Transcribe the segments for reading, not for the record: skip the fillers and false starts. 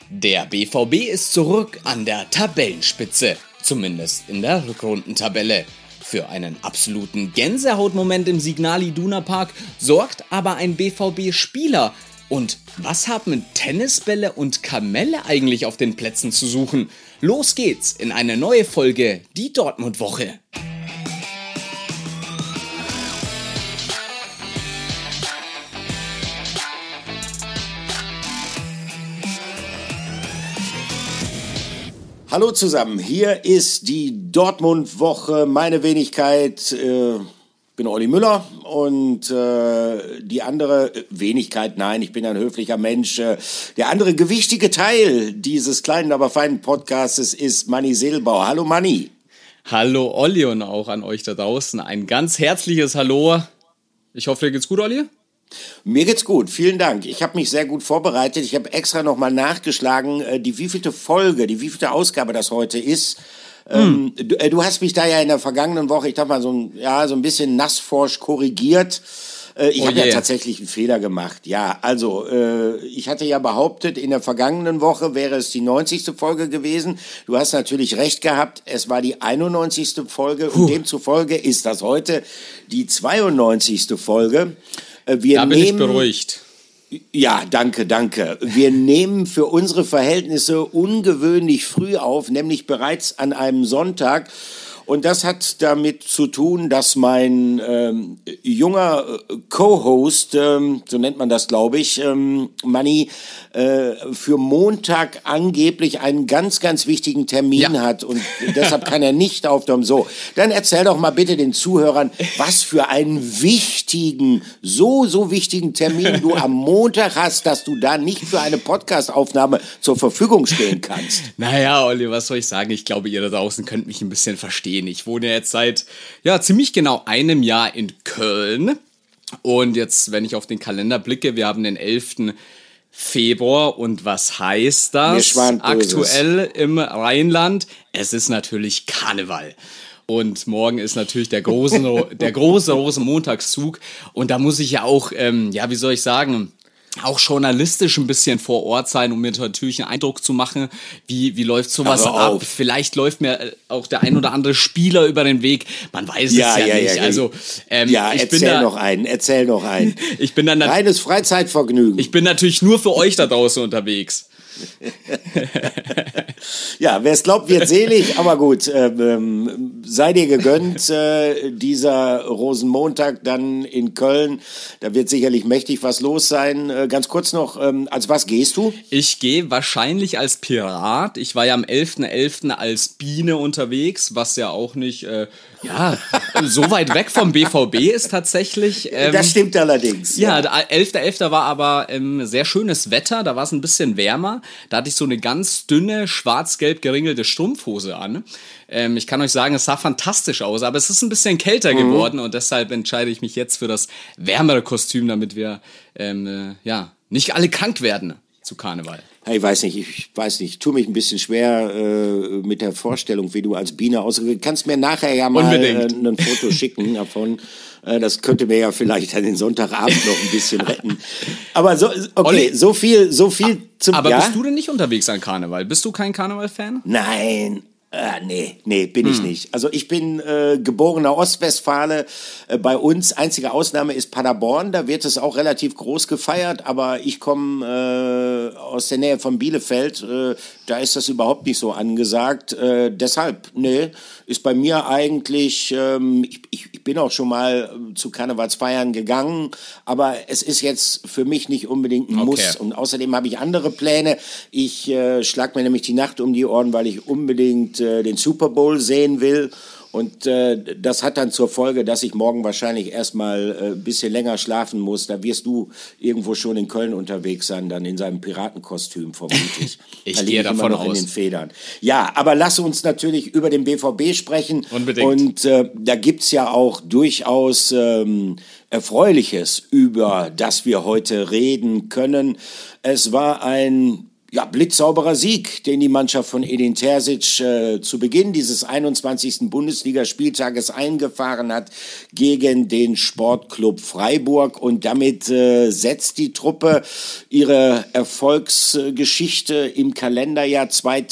Der BVB ist zurück an der Tabellenspitze, zumindest in der Rückrundentabelle. Für einen absoluten Gänsehautmoment im Signal Iduna Park sorgt aber ein BVB-Spieler. Und was haben Tennisbälle und Kamelle eigentlich auf den Plätzen zu suchen? Los geht's in eine neue Folge, die Dortmund-Woche. Hallo zusammen, hier ist die Dortmund-Woche, meine Wenigkeit, bin Olli Müller und die andere Wenigkeit, nein, ich bin ein höflicher Mensch, der andere gewichtige Teil dieses kleinen, aber feinen Podcastes ist Manni Seelbauer. Hallo Manni. Hallo Olli und auch an euch da draußen ein ganz herzliches Hallo. Ich hoffe, dir geht's gut, Olli? Mir geht's gut, vielen Dank. Ich habe mich sehr gut vorbereitet. Ich habe extra nochmal nachgeschlagen, die wievielte Ausgabe das heute ist. Du hast mich da ja in der vergangenen Woche, ich dachte mal, so ein bisschen nassforsch korrigiert. Ich habe ja tatsächlich einen Fehler gemacht. Ja, also ich hatte ja behauptet, in der vergangenen Woche wäre es die 90. Folge gewesen. Du hast natürlich recht gehabt, es war die 91. Folge und demzufolge ist das heute die 92. Folge. Da bin ich beruhigt. Ja, danke. Wir nehmen für unsere Verhältnisse ungewöhnlich früh auf, nämlich bereits an einem Sonntag. Und das hat damit zu tun, dass mein junger Co-Host, so nennt man das, glaube ich, Manni, für Montag angeblich einen ganz, ganz wichtigen Termin hat und deshalb kann er nicht auftauchen. So, dann erzähl doch mal bitte den Zuhörern, was für einen wichtigen, so wichtigen Termin du am Montag hast, dass du da nicht für eine Podcast-Aufnahme zur Verfügung stehen kannst. Naja, Olli, was soll ich sagen? Ich glaube, ihr da draußen könnt mich ein bisschen verstehen. Ich wohne jetzt seit ziemlich genau einem Jahr in Köln und jetzt, wenn ich auf den Kalender blicke, wir haben den 11. Februar und was heißt das aktuell im Rheinland? Es ist natürlich Karneval. Und morgen ist natürlich der große Rosenmontagszug und da muss ich ja auch, wie soll ich sagen, auch journalistisch ein bisschen vor Ort sein, um mir natürlich einen Eindruck zu machen, wie läuft sowas ab. Vielleicht läuft mir auch der ein oder andere Spieler über den Weg. Man weiß es ja nicht. Ja. Also, erzähl noch einen. Ich bin dann reines Freizeitvergnügen. Ich bin natürlich nur für euch da draußen unterwegs. Ja, wer es glaubt, wird selig, aber gut, sei dir gegönnt, dieser Rosenmontag dann in Köln, da wird sicherlich mächtig was los sein. Ganz kurz noch, als was gehst du? Ich gehe wahrscheinlich als Pirat. Ich war ja am 11.11. als Biene unterwegs, was ja auch nicht so weit weg vom BVB ist tatsächlich. Das stimmt allerdings. Ja, der 11.11. war aber sehr schönes Wetter, da war es ein bisschen wärmer. Da hatte ich so eine ganz dünne, schwarz-gelb geringelte Strumpfhose an. Ich kann euch sagen, es sah fantastisch aus, aber es ist ein bisschen kälter geworden und deshalb entscheide ich mich jetzt für das wärmere Kostüm, damit wir nicht alle krank werden zu Karneval. Ich weiß nicht, tue mich ein bisschen schwer mit der Vorstellung, wie du als Biene aussiehst. Kannst mir nachher ja mal ein Foto schicken davon. Das könnte mir ja vielleicht an den Sonntagabend noch ein bisschen retten. Aber Olli, so viel zum... Aber bist du denn nicht unterwegs an Karneval? Bist du kein Karneval-Fan? Nein. Nee, bin ich nicht. Also ich bin geborener Ostwestfale. Bei uns, einzige Ausnahme ist Paderborn. Da wird es auch relativ groß gefeiert. Aber ich komme aus der Nähe von Bielefeld. Da ist das überhaupt nicht so angesagt. Deshalb, ist bei mir eigentlich, ich bin auch schon mal zu Karnevalsfeiern gegangen. Aber es ist jetzt für mich nicht unbedingt ein Muss. Und außerdem habe ich andere Pläne. Ich schlag mir nämlich die Nacht um die Ohren, weil ich unbedingt den Super Bowl sehen will. Und das hat dann zur Folge, dass ich morgen wahrscheinlich erstmal ein bisschen länger schlafen muss. Da wirst du irgendwo schon in Köln unterwegs sein, dann in seinem Piratenkostüm vermutlich. Ich gehe davon aus. In den Federn. Ja, aber lass uns natürlich über den BVB sprechen. Unbedingt. Und da gibt's ja auch durchaus Erfreuliches, über das wir heute reden können. Es war ein Ja, blitzsauberer Sieg, den die Mannschaft von Edin Terzic zu Beginn dieses 21. Bundesligaspieltages eingefahren hat gegen den Sportclub Freiburg. Und damit setzt die Truppe ihre Erfolgsgeschichte im Kalenderjahr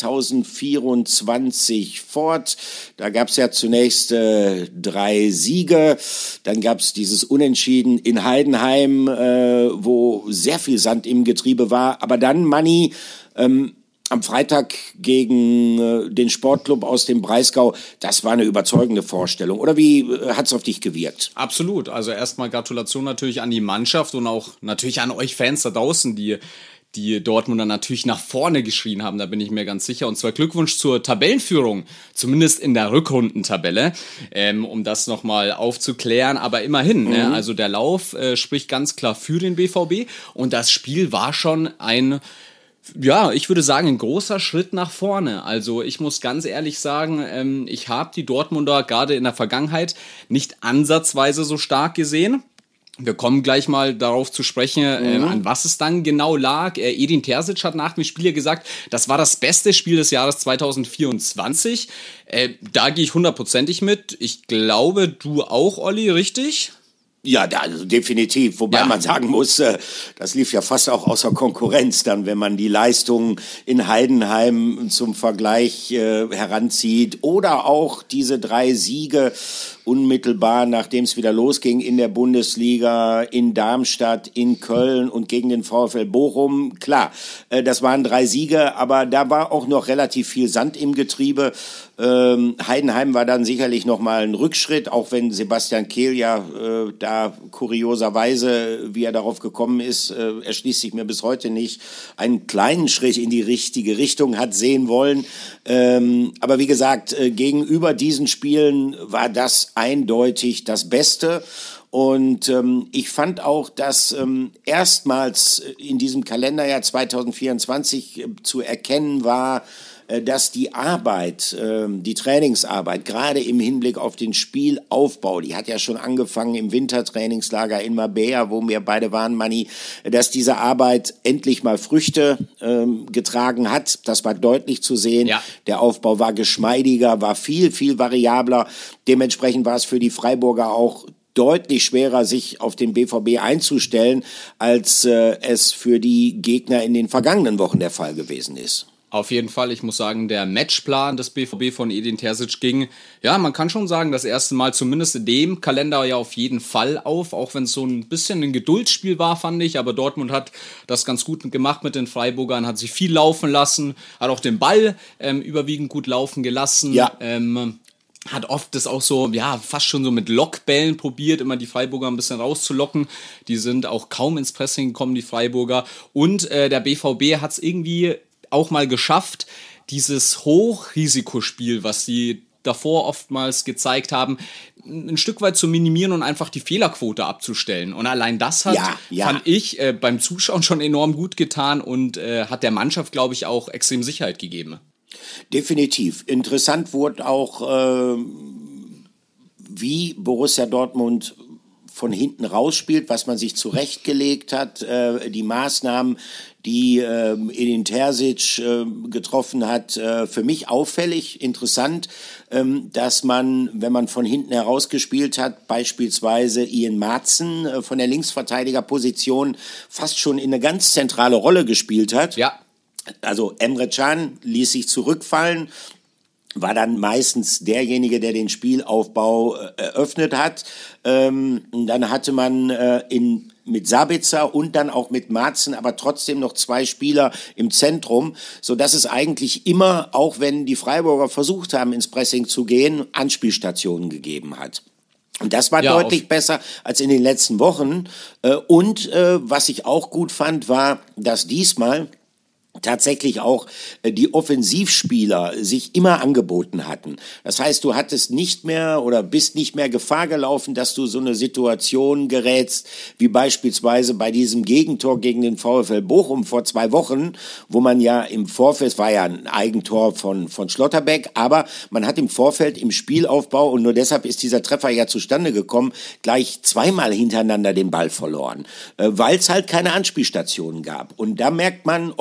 2024 fort. Da gab es ja zunächst 3 Siege, dann gab es dieses Unentschieden in Heidenheim, wo sehr viel Sand im Getriebe war. Aber dann, Manni, am Freitag gegen den Sportclub aus dem Breisgau, das war eine überzeugende Vorstellung. Oder wie hat es auf dich gewirkt? Absolut. Also erstmal Gratulation natürlich an die Mannschaft und auch natürlich an euch Fans da draußen, die Dortmunder natürlich nach vorne geschrien haben, da bin ich mir ganz sicher. Und zwar Glückwunsch zur Tabellenführung, zumindest in der Rückrundentabelle, um das nochmal aufzuklären. Aber immerhin, ne? Also der Lauf spricht ganz klar für den BVB und das Spiel war schon ich würde sagen, ein großer Schritt nach vorne. Also ich muss ganz ehrlich sagen, ich habe die Dortmunder gerade in der Vergangenheit nicht ansatzweise so stark gesehen. Wir kommen gleich mal darauf zu sprechen, an was es dann genau lag. Edin Terzic hat nach dem Spiel gesagt, das war das beste Spiel des Jahres 2024. Da gehe ich 100%ig mit. Ich glaube, du auch, Olli, richtig? Ja, also definitiv. Wobei man sagen muss, das lief ja fast auch außer Konkurrenz dann, wenn man die Leistungen in Heidenheim zum Vergleich heranzieht oder auch diese 3 Siege unmittelbar, nachdem es wieder losging in der Bundesliga, in Darmstadt, in Köln und gegen den VfL Bochum. Klar, das waren 3 Siege, aber da war auch noch relativ viel Sand im Getriebe. Heidenheim war dann sicherlich nochmal ein Rückschritt, auch wenn Sebastian Kehl ja da kurioserweise, wie er darauf gekommen ist, erschließt sich mir bis heute nicht, einen kleinen Schritt in die richtige Richtung hat sehen wollen. Aber wie gesagt, gegenüber diesen Spielen war das eindeutig das Beste. Und ich fand auch, dass erstmals in diesem Kalenderjahr 2024 zu erkennen war, dass die Arbeit, die Trainingsarbeit, gerade im Hinblick auf den Spielaufbau, die hat ja schon angefangen im Wintertrainingslager in Marbella, wo wir beide waren, Manni, dass diese Arbeit endlich mal Früchte getragen hat. Das war deutlich zu sehen. Ja. Der Aufbau war geschmeidiger, war viel, viel variabler. Dementsprechend war es für die Freiburger auch deutlich schwerer, sich auf den BVB einzustellen, als es für die Gegner in den vergangenen Wochen der Fall gewesen ist. Auf jeden Fall, ich muss sagen, der Matchplan des BVB von Edin Terzic ging, ja, man kann schon sagen, das erste Mal zumindest in dem Kalender ja auf jeden Fall auf, auch wenn es so ein bisschen ein Geduldsspiel war, fand ich, aber Dortmund hat das ganz gut gemacht mit den Freiburgern, hat sich viel laufen lassen, hat auch den Ball überwiegend gut laufen gelassen, hat oft das auch so, ja, fast schon so mit Lockbällen probiert, immer die Freiburger ein bisschen rauszulocken. Die sind auch kaum ins Pressing gekommen, die Freiburger. Und der BVB hat es irgendwie auch mal geschafft, dieses Hochrisikospiel, was sie davor oftmals gezeigt haben, ein Stück weit zu minimieren und einfach die Fehlerquote abzustellen. Und allein das hat, fand ich, beim Zuschauen schon enorm gut getan und hat der Mannschaft, glaube ich, auch extrem Sicherheit gegeben. Definitiv. Interessant wurde auch, wie Borussia Dortmund von hinten rausspielt, was man sich zurechtgelegt hat, die Maßnahmen, die Edin Terzic getroffen hat, für mich auffällig, interessant, dass man, wenn man von hinten herausgespielt hat, beispielsweise Ian Maatsen von der Linksverteidigerposition fast schon in eine ganz zentrale Rolle gespielt hat. Ja. Also Emre Can ließ sich zurückfallen, war dann meistens derjenige, der den Spielaufbau eröffnet hat. Dann hatte man mit Sabitzer und dann auch mit Maatsen, aber trotzdem noch 2 Spieler im Zentrum, so dass es eigentlich immer, auch wenn die Freiburger versucht haben, ins Pressing zu gehen, Anspielstationen gegeben hat. Und das war deutlich besser als in den letzten Wochen. Und was ich auch gut fand, war, dass diesmal tatsächlich auch die Offensivspieler sich immer angeboten hatten. Das heißt, du hattest nicht mehr oder bist nicht mehr Gefahr gelaufen, dass du so eine Situation gerätst, wie beispielsweise bei diesem Gegentor gegen den VfL Bochum vor 2 Wochen, wo man ja im Vorfeld, es war ja ein Eigentor von Schlotterbeck, aber man hat im Vorfeld im Spielaufbau, und nur deshalb ist dieser Treffer ja zustande gekommen, gleich 2-mal hintereinander den Ball verloren, weil es halt keine Anspielstationen gab. Und da merkt man, okay,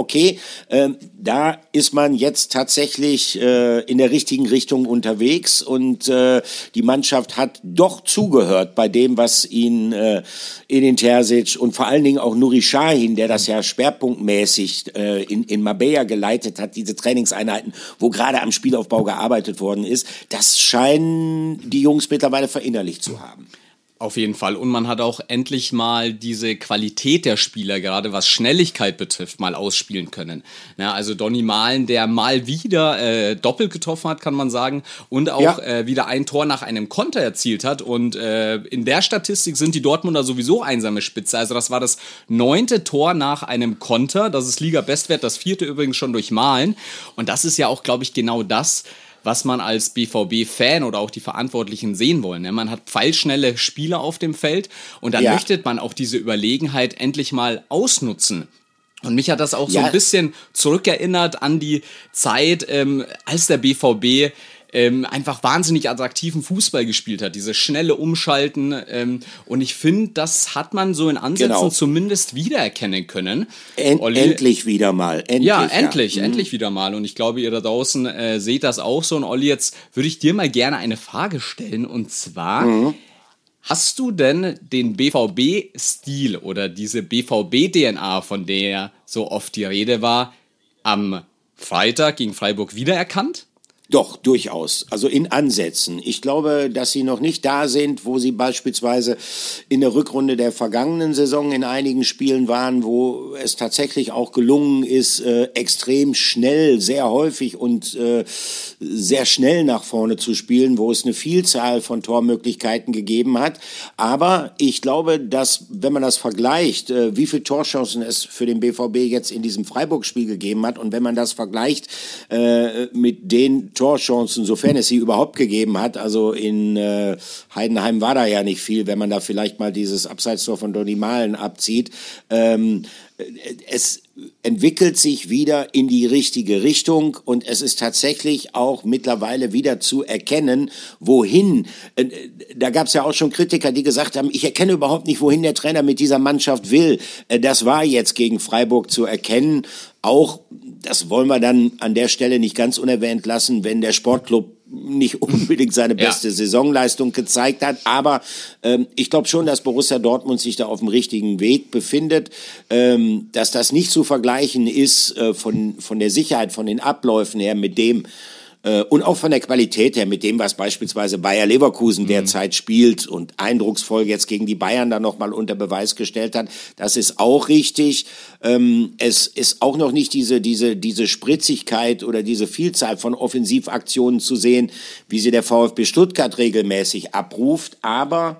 Da ist man jetzt tatsächlich in der richtigen Richtung unterwegs und die Mannschaft hat doch zugehört bei dem, was ihn Edin Terzic und vor allen Dingen auch Nuri Sahin, der das ja schwerpunktmäßig in Marbella geleitet hat, diese Trainingseinheiten, wo gerade am Spielaufbau gearbeitet worden ist, das scheinen die Jungs mittlerweile verinnerlicht zu haben. Auf jeden Fall. Und man hat auch endlich mal diese Qualität der Spieler, gerade was Schnelligkeit betrifft, mal ausspielen können. Ja, also Donny Malen, der mal wieder doppelt getroffen hat, kann man sagen, und auch wieder ein Tor nach einem Konter erzielt hat. Und in der Statistik sind die Dortmunder sowieso einsame Spitze. Also das war das 9. Tor nach einem Konter. Das ist Liga-Bestwert, das 4. übrigens schon durch Malen. Und das ist ja auch, glaube ich, genau das, was man als BVB-Fan oder auch die Verantwortlichen sehen wollen. Man hat pfeilschnelle Spieler auf dem Feld und dann möchte man auch diese Überlegenheit endlich mal ausnutzen. Und mich hat das auch so ein bisschen zurückerinnert an die Zeit, als der BVB einfach wahnsinnig attraktiven Fußball gespielt hat, diese schnelle Umschalten. Und ich finde, das hat man so in Ansätzen zumindest wiedererkennen können. Endlich wieder mal. Endlich wieder mal. Und ich glaube, ihr da draußen seht das auch so. Und Olli, jetzt würde ich dir mal gerne eine Frage stellen. Und zwar, hast du denn den BVB-Stil oder diese BVB-DNA, von der so oft die Rede war, am Freitag gegen Freiburg wiedererkannt? Doch, durchaus. Also in Ansätzen. Ich glaube, dass sie noch nicht da sind, wo sie beispielsweise in der Rückrunde der vergangenen Saison in einigen Spielen waren, wo es tatsächlich auch gelungen ist, extrem schnell, sehr häufig und sehr schnell nach vorne zu spielen, wo es eine Vielzahl von Tormöglichkeiten gegeben hat. Aber ich glaube, dass, wenn man das vergleicht, wie viele Torchancen es für den BVB jetzt in diesem Freiburg-Spiel gegeben hat und wenn man das vergleicht mit den Torchancen, sofern es sie überhaupt gegeben hat. Also in Heidenheim war da ja nicht viel, wenn man da vielleicht mal dieses Abseitstor von Donny Malen abzieht. Es entwickelt sich wieder in die richtige Richtung und es ist tatsächlich auch mittlerweile wieder zu erkennen, wohin. Da gab es ja auch schon Kritiker, die gesagt haben, ich erkenne überhaupt nicht, wohin der Trainer mit dieser Mannschaft will. Das war jetzt gegen Freiburg zu erkennen. Auch, das wollen wir dann an der Stelle nicht ganz unerwähnt lassen, wenn der Sportclub nicht unbedingt seine beste Saisonleistung gezeigt hat, aber ich glaube schon, dass Borussia Dortmund sich da auf dem richtigen Weg befindet, dass das nicht zu vergleichen ist von der Sicherheit, von den Abläufen her mit dem und auch von der Qualität her mit dem, was beispielsweise Bayer Leverkusen derzeit spielt und eindrucksvoll jetzt gegen die Bayern dann nochmal unter Beweis gestellt hat. Das ist auch richtig. Es ist auch noch nicht diese Spritzigkeit oder diese Vielzahl von Offensivaktionen zu sehen, wie sie der VfB Stuttgart regelmäßig abruft. Aber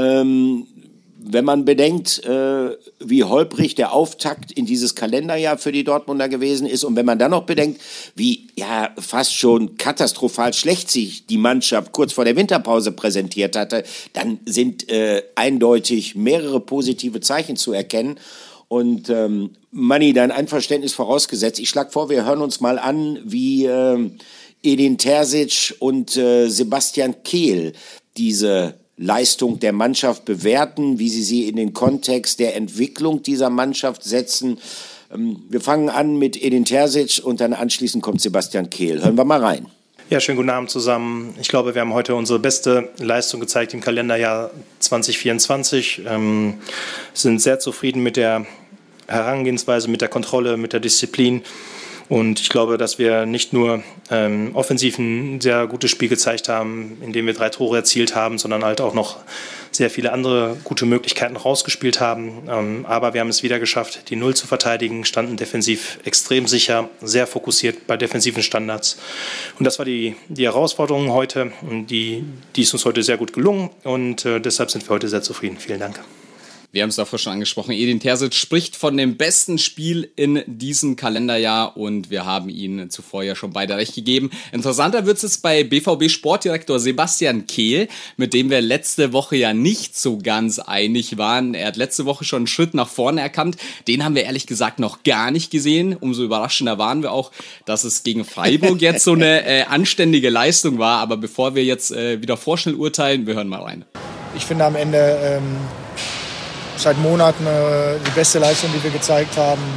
wenn man bedenkt, wie holprig der Auftakt in dieses Kalenderjahr für die Dortmunder gewesen ist und wenn man dann noch bedenkt, wie fast schon katastrophal schlecht sich die Mannschaft kurz vor der Winterpause präsentiert hatte, dann sind eindeutig mehrere positive Zeichen zu erkennen. Und Manni, dein Einverständnis vorausgesetzt. Ich schlage vor, wir hören uns mal an, wie Edin Terzic und Sebastian Kehl diese Leistung der Mannschaft bewerten, wie sie in den Kontext der Entwicklung dieser Mannschaft setzen. Wir fangen an mit Edin Terzic und dann anschließend kommt Sebastian Kehl. Hören wir mal rein. Ja, schönen guten Abend zusammen. Ich glaube, wir haben heute unsere beste Leistung gezeigt im Kalenderjahr 2024. Sind sehr zufrieden mit der Herangehensweise, mit der Kontrolle, mit der Disziplin. Und ich glaube, dass wir nicht nur offensiv ein sehr gutes Spiel gezeigt haben, indem wir 3 Tore erzielt haben, sondern halt auch noch sehr viele andere gute Möglichkeiten rausgespielt haben. Aber wir haben es wieder geschafft, die Null zu verteidigen, standen defensiv extrem sicher, sehr fokussiert bei defensiven Standards. Und das war die Herausforderung heute. Und die ist uns heute sehr gut gelungen. Und deshalb sind wir heute sehr zufrieden. Vielen Dank. Wir haben es davor schon angesprochen, Edin Terzic spricht von dem besten Spiel in diesem Kalenderjahr und wir haben Ihnen zuvor ja schon beide recht gegeben. Interessanter wird es jetzt bei BVB-Sportdirektor Sebastian Kehl, mit dem wir letzte Woche ja nicht so ganz einig waren. Er hat letzte Woche schon einen Schritt nach vorne erkannt. Den haben wir ehrlich gesagt noch gar nicht gesehen. Umso überraschender waren wir auch, dass es gegen Freiburg jetzt so eine anständige Leistung war. Aber bevor wir jetzt wieder vorschnell urteilen, wir hören mal rein. Ich finde am Ende seit Monaten die beste Leistung, die wir gezeigt haben.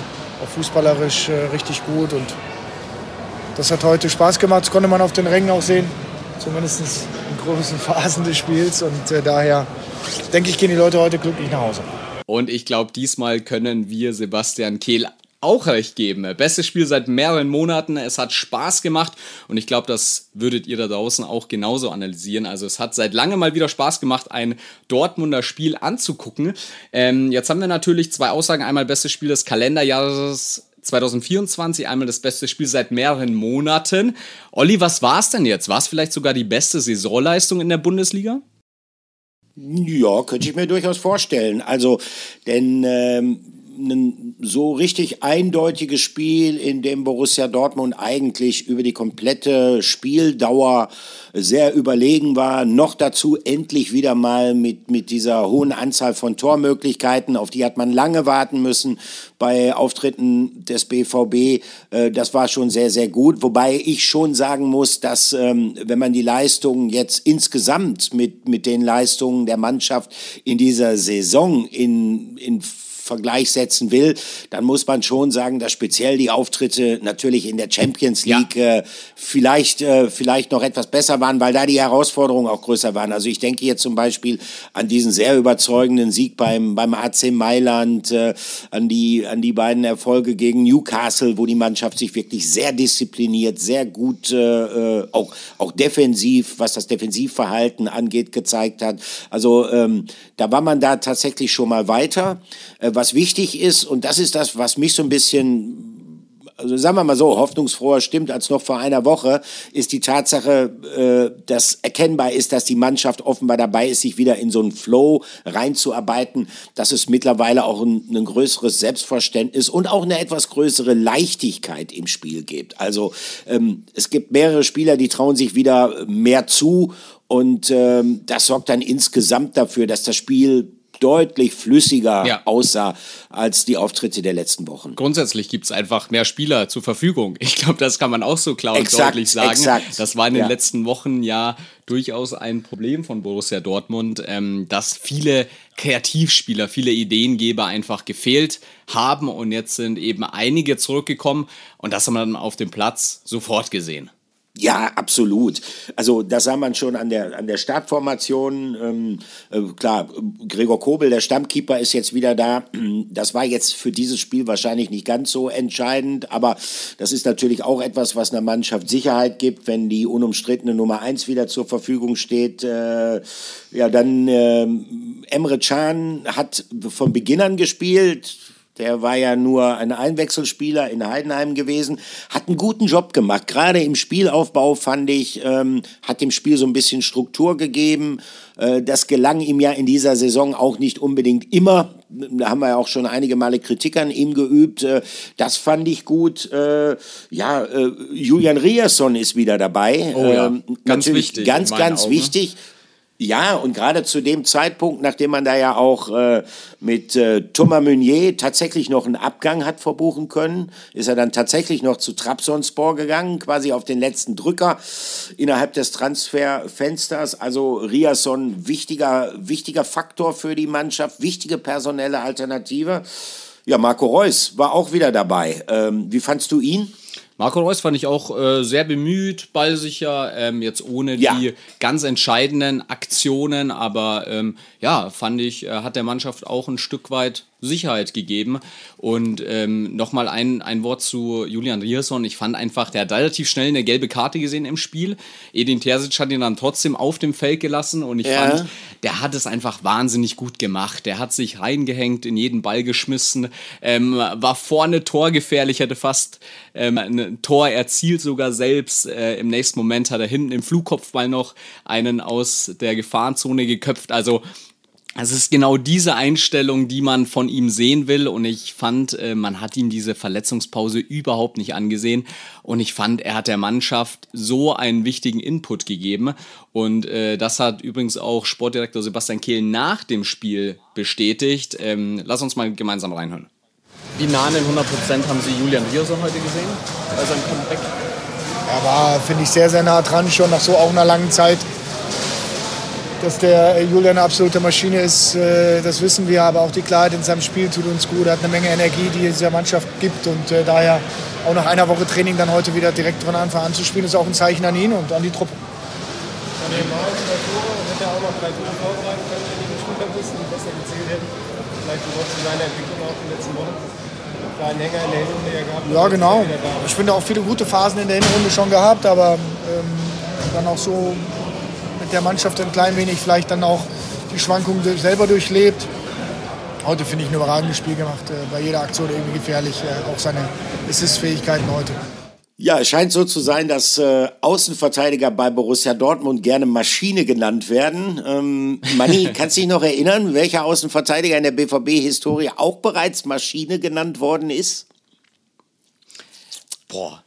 auch fußballerisch richtig gut. Und das hat heute Spaß gemacht. Das konnte man auf den Rängen auch sehen. Zumindest in großen Phasen des Spiels. Und daher denke ich, gehen die Leute heute glücklich nach Hause. Und ich glaube, diesmal können wir Sebastian Kehl auch recht geben. Bestes Spiel seit mehreren Monaten. Es hat Spaß gemacht und ich glaube, das würdet ihr da draußen auch genauso analysieren. Also es hat seit langem mal wieder Spaß gemacht, ein Dortmunder Spiel anzugucken. Jetzt haben wir natürlich zwei Aussagen. Einmal bestes Spiel des Kalenderjahres 2024, einmal das beste Spiel seit mehreren Monaten. Olli, was war es denn jetzt? War es vielleicht sogar die beste Saisonleistung in der Bundesliga? Ja, könnte ich mir durchaus vorstellen. Also, denn ein so richtig eindeutiges Spiel, in dem Borussia Dortmund eigentlich über die komplette Spieldauer sehr überlegen war, noch dazu endlich wieder mal mit dieser hohen Anzahl von Tormöglichkeiten, auf die hat man lange warten müssen bei Auftritten des BVB, das war schon sehr, sehr gut, wobei ich schon sagen muss, dass wenn man die Leistungen jetzt insgesamt mit den Leistungen der Mannschaft in dieser Saison in Vergleich setzen will, dann muss man schon sagen, dass speziell die Auftritte natürlich in der Champions League vielleicht noch etwas besser waren, weil da die Herausforderungen auch größer waren. Also ich denke hier zum Beispiel an diesen sehr überzeugenden Sieg beim AC Mailand, an die beiden Erfolge gegen Newcastle, wo die Mannschaft sich wirklich sehr diszipliniert, sehr gut auch defensiv, was das Defensivverhalten angeht, gezeigt hat. Also da war man da tatsächlich schon mal weiter. Was wichtig ist, und das ist das, was mich so ein bisschen, also sagen wir mal so, hoffnungsfroher stimmt als noch vor einer Woche, ist die Tatsache, dass erkennbar ist, dass die Mannschaft offenbar dabei ist, sich wieder in so einen Flow reinzuarbeiten, dass es mittlerweile auch ein größeres Selbstverständnis und auch eine etwas größere Leichtigkeit im Spiel gibt. Also es gibt mehrere Spieler, die trauen sich wieder mehr zu und das sorgt dann insgesamt dafür, dass das Spiel deutlich flüssiger aussah als die Auftritte der letzten Wochen. Grundsätzlich gibt es einfach mehr Spieler zur Verfügung. Ich glaube, das kann man auch so klar und deutlich sagen. Exakt. Das war in den letzten Wochen ja durchaus ein Problem von Borussia Dortmund, dass viele Kreativspieler, viele Ideengeber einfach gefehlt haben und jetzt sind eben einige zurückgekommen und das haben wir dann auf dem Platz sofort gesehen. Ja, absolut. Also das sah man schon an der Startformation. Klar, Gregor Kobel, der Stammkeeper, ist jetzt wieder da. Das war jetzt für dieses Spiel wahrscheinlich nicht ganz so entscheidend, aber das ist natürlich auch etwas, was einer Mannschaft Sicherheit gibt, wenn die unumstrittene Nummer 1 wieder zur Verfügung steht. Dann Emre Can hat von Beginn an gespielt. Der war ja nur ein Einwechselspieler in Heidenheim gewesen, hat einen guten Job gemacht. Gerade im Spielaufbau, fand ich, hat dem Spiel so ein bisschen Struktur gegeben. Das gelang ihm ja in dieser Saison auch nicht unbedingt immer. Da haben wir ja auch schon einige Male Kritik an ihm geübt. Das fand ich gut. Julian Riasson ist wieder dabei. Oh ja, ganz wichtig. Ganz wichtig. Ja, und gerade zu dem Zeitpunkt, nachdem man da ja auch mit Thomas Meunier tatsächlich noch einen Abgang hat verbuchen können, ist er dann tatsächlich noch zu Trabzonspor gegangen, quasi auf den letzten Drücker innerhalb des Transferfensters. Also Riasson, wichtiger Faktor für die Mannschaft, wichtige personelle Alternative. Ja, Marco Reus war auch wieder dabei. Wie fandst du ihn? Marco Reus fand ich auch sehr bemüht, ballsicher, jetzt ohne die ganz entscheidenden Aktionen, aber fand ich, hat der Mannschaft auch ein Stück weit Sicherheit gegeben. Und nochmal ein Wort zu Julian Riasson. Ich fand einfach, der hat relativ schnell eine gelbe Karte gesehen im Spiel. Edin Terzic hat ihn dann trotzdem auf dem Feld gelassen und ich fand, der hat es einfach wahnsinnig gut gemacht. Der hat sich reingehängt, in jeden Ball geschmissen, war vorne torgefährlich, hätte fast ein Tor erzielt sogar selbst. Im nächsten Moment hat er hinten im Flugkopfball noch einen aus der Gefahrenzone geköpft. Also es ist genau diese Einstellung, die man von ihm sehen will und ich fand, man hat ihm diese Verletzungspause überhaupt nicht angesehen und ich fand, er hat der Mannschaft so einen wichtigen Input gegeben und das hat übrigens auch Sportdirektor Sebastian Kehl nach dem Spiel bestätigt. Lass uns mal gemeinsam reinhören. Wie nah an den 100% haben Sie Julian Riasson heute gesehen bei seinem Comeback? Er war, finde ich, sehr, sehr nah dran, schon nach so auch einer langen Zeit. dass der Julian eine absolute Maschine ist, das wissen wir, aber auch die Klarheit in seinem Spiel tut uns gut. Er hat eine Menge Energie, die es dieser Mannschaft gibt und daher auch nach einer Woche Training dann heute wieder direkt von Anfang an zu spielen, ist auch ein Zeichen an ihn und an die Truppe. Von dem Mal 2 Tore hätte er auch noch 3 Tore vorbereiten können, wenn die gespielt haben müssen, die besser gezählt hätten. Vielleicht noch zu seiner Entwicklung auch in den letzten Wochen. Einen kleinen Hänger in der Hinrunde gehabt. Ja, genau. Ich finde auch viele gute Phasen in der Hinrunde schon gehabt, aber dann auch so mit der Mannschaft ein klein wenig vielleicht dann auch die Schwankungen selber durchlebt. Heute finde ich ein überragendes Spiel gemacht, bei jeder Aktion irgendwie gefährlich, auch seine Assist-Fähigkeiten heute. Ja, es scheint so zu sein, dass Außenverteidiger bei Borussia Dortmund gerne Maschine genannt werden. Manni, kannst du dich noch erinnern, welcher Außenverteidiger in der BVB-Historie auch bereits Maschine genannt worden ist? Boah,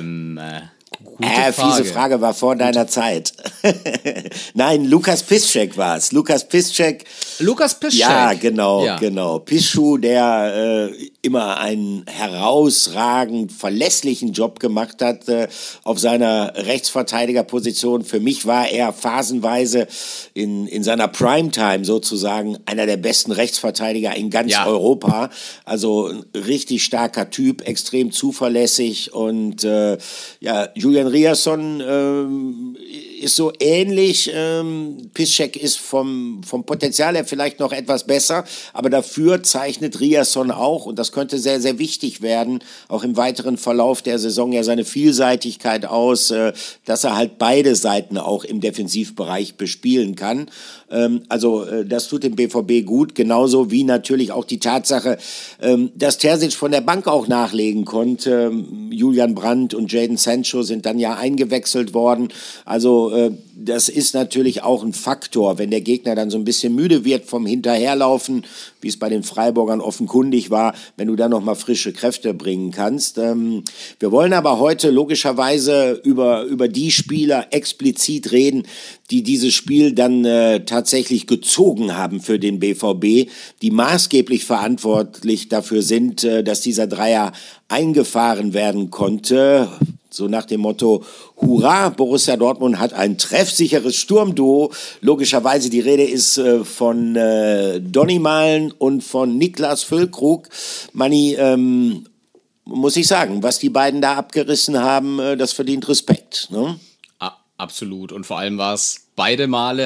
Fiese Frage, war vor deiner Zeit. Nein, Lukas Piszczek war es. Lukas Piszczek. Ja, genau, ja. Genau. Pischu, der immer einen herausragend verlässlichen Job gemacht hat auf seiner Rechtsverteidigerposition. Für mich war er phasenweise in seiner Primetime sozusagen einer der besten Rechtsverteidiger in ganz Europa. Also ein richtig starker Typ, extrem zuverlässig und Julian Riasson ist so ähnlich. Piszczek ist vom Potenzial her vielleicht noch etwas besser, aber dafür zeichnet Riasson auch, und das könnte sehr, sehr wichtig werden, auch im weiteren Verlauf der Saison ja seine Vielseitigkeit aus, dass er halt beide Seiten auch im Defensivbereich bespielen kann. Also das tut dem BVB gut, genauso wie natürlich auch die Tatsache, dass Terzic von der Bank auch nachlegen konnte. Julian Brandt und Jadon Sancho sind dann ja eingewechselt worden. Also das ist natürlich auch ein Faktor, wenn der Gegner dann so ein bisschen müde wird vom Hinterherlaufen, wie es bei den Freiburgern offenkundig war, wenn du dann nochmal frische Kräfte bringen kannst. Wir wollen aber heute logischerweise über die Spieler explizit reden, die dieses Spiel dann tatsächlich gezogen haben für den BVB, die maßgeblich verantwortlich dafür sind, dass dieser Dreier eingefahren werden konnte. So nach dem Motto, hurra, Borussia Dortmund hat ein treffsicheres Sturmduo. Logischerweise die Rede ist von Donny Malen und von Niklas Füllkrug. Manni, muss ich sagen, was die beiden da abgerissen haben, das verdient Respekt, ne? Absolut. Und vor allem war es beide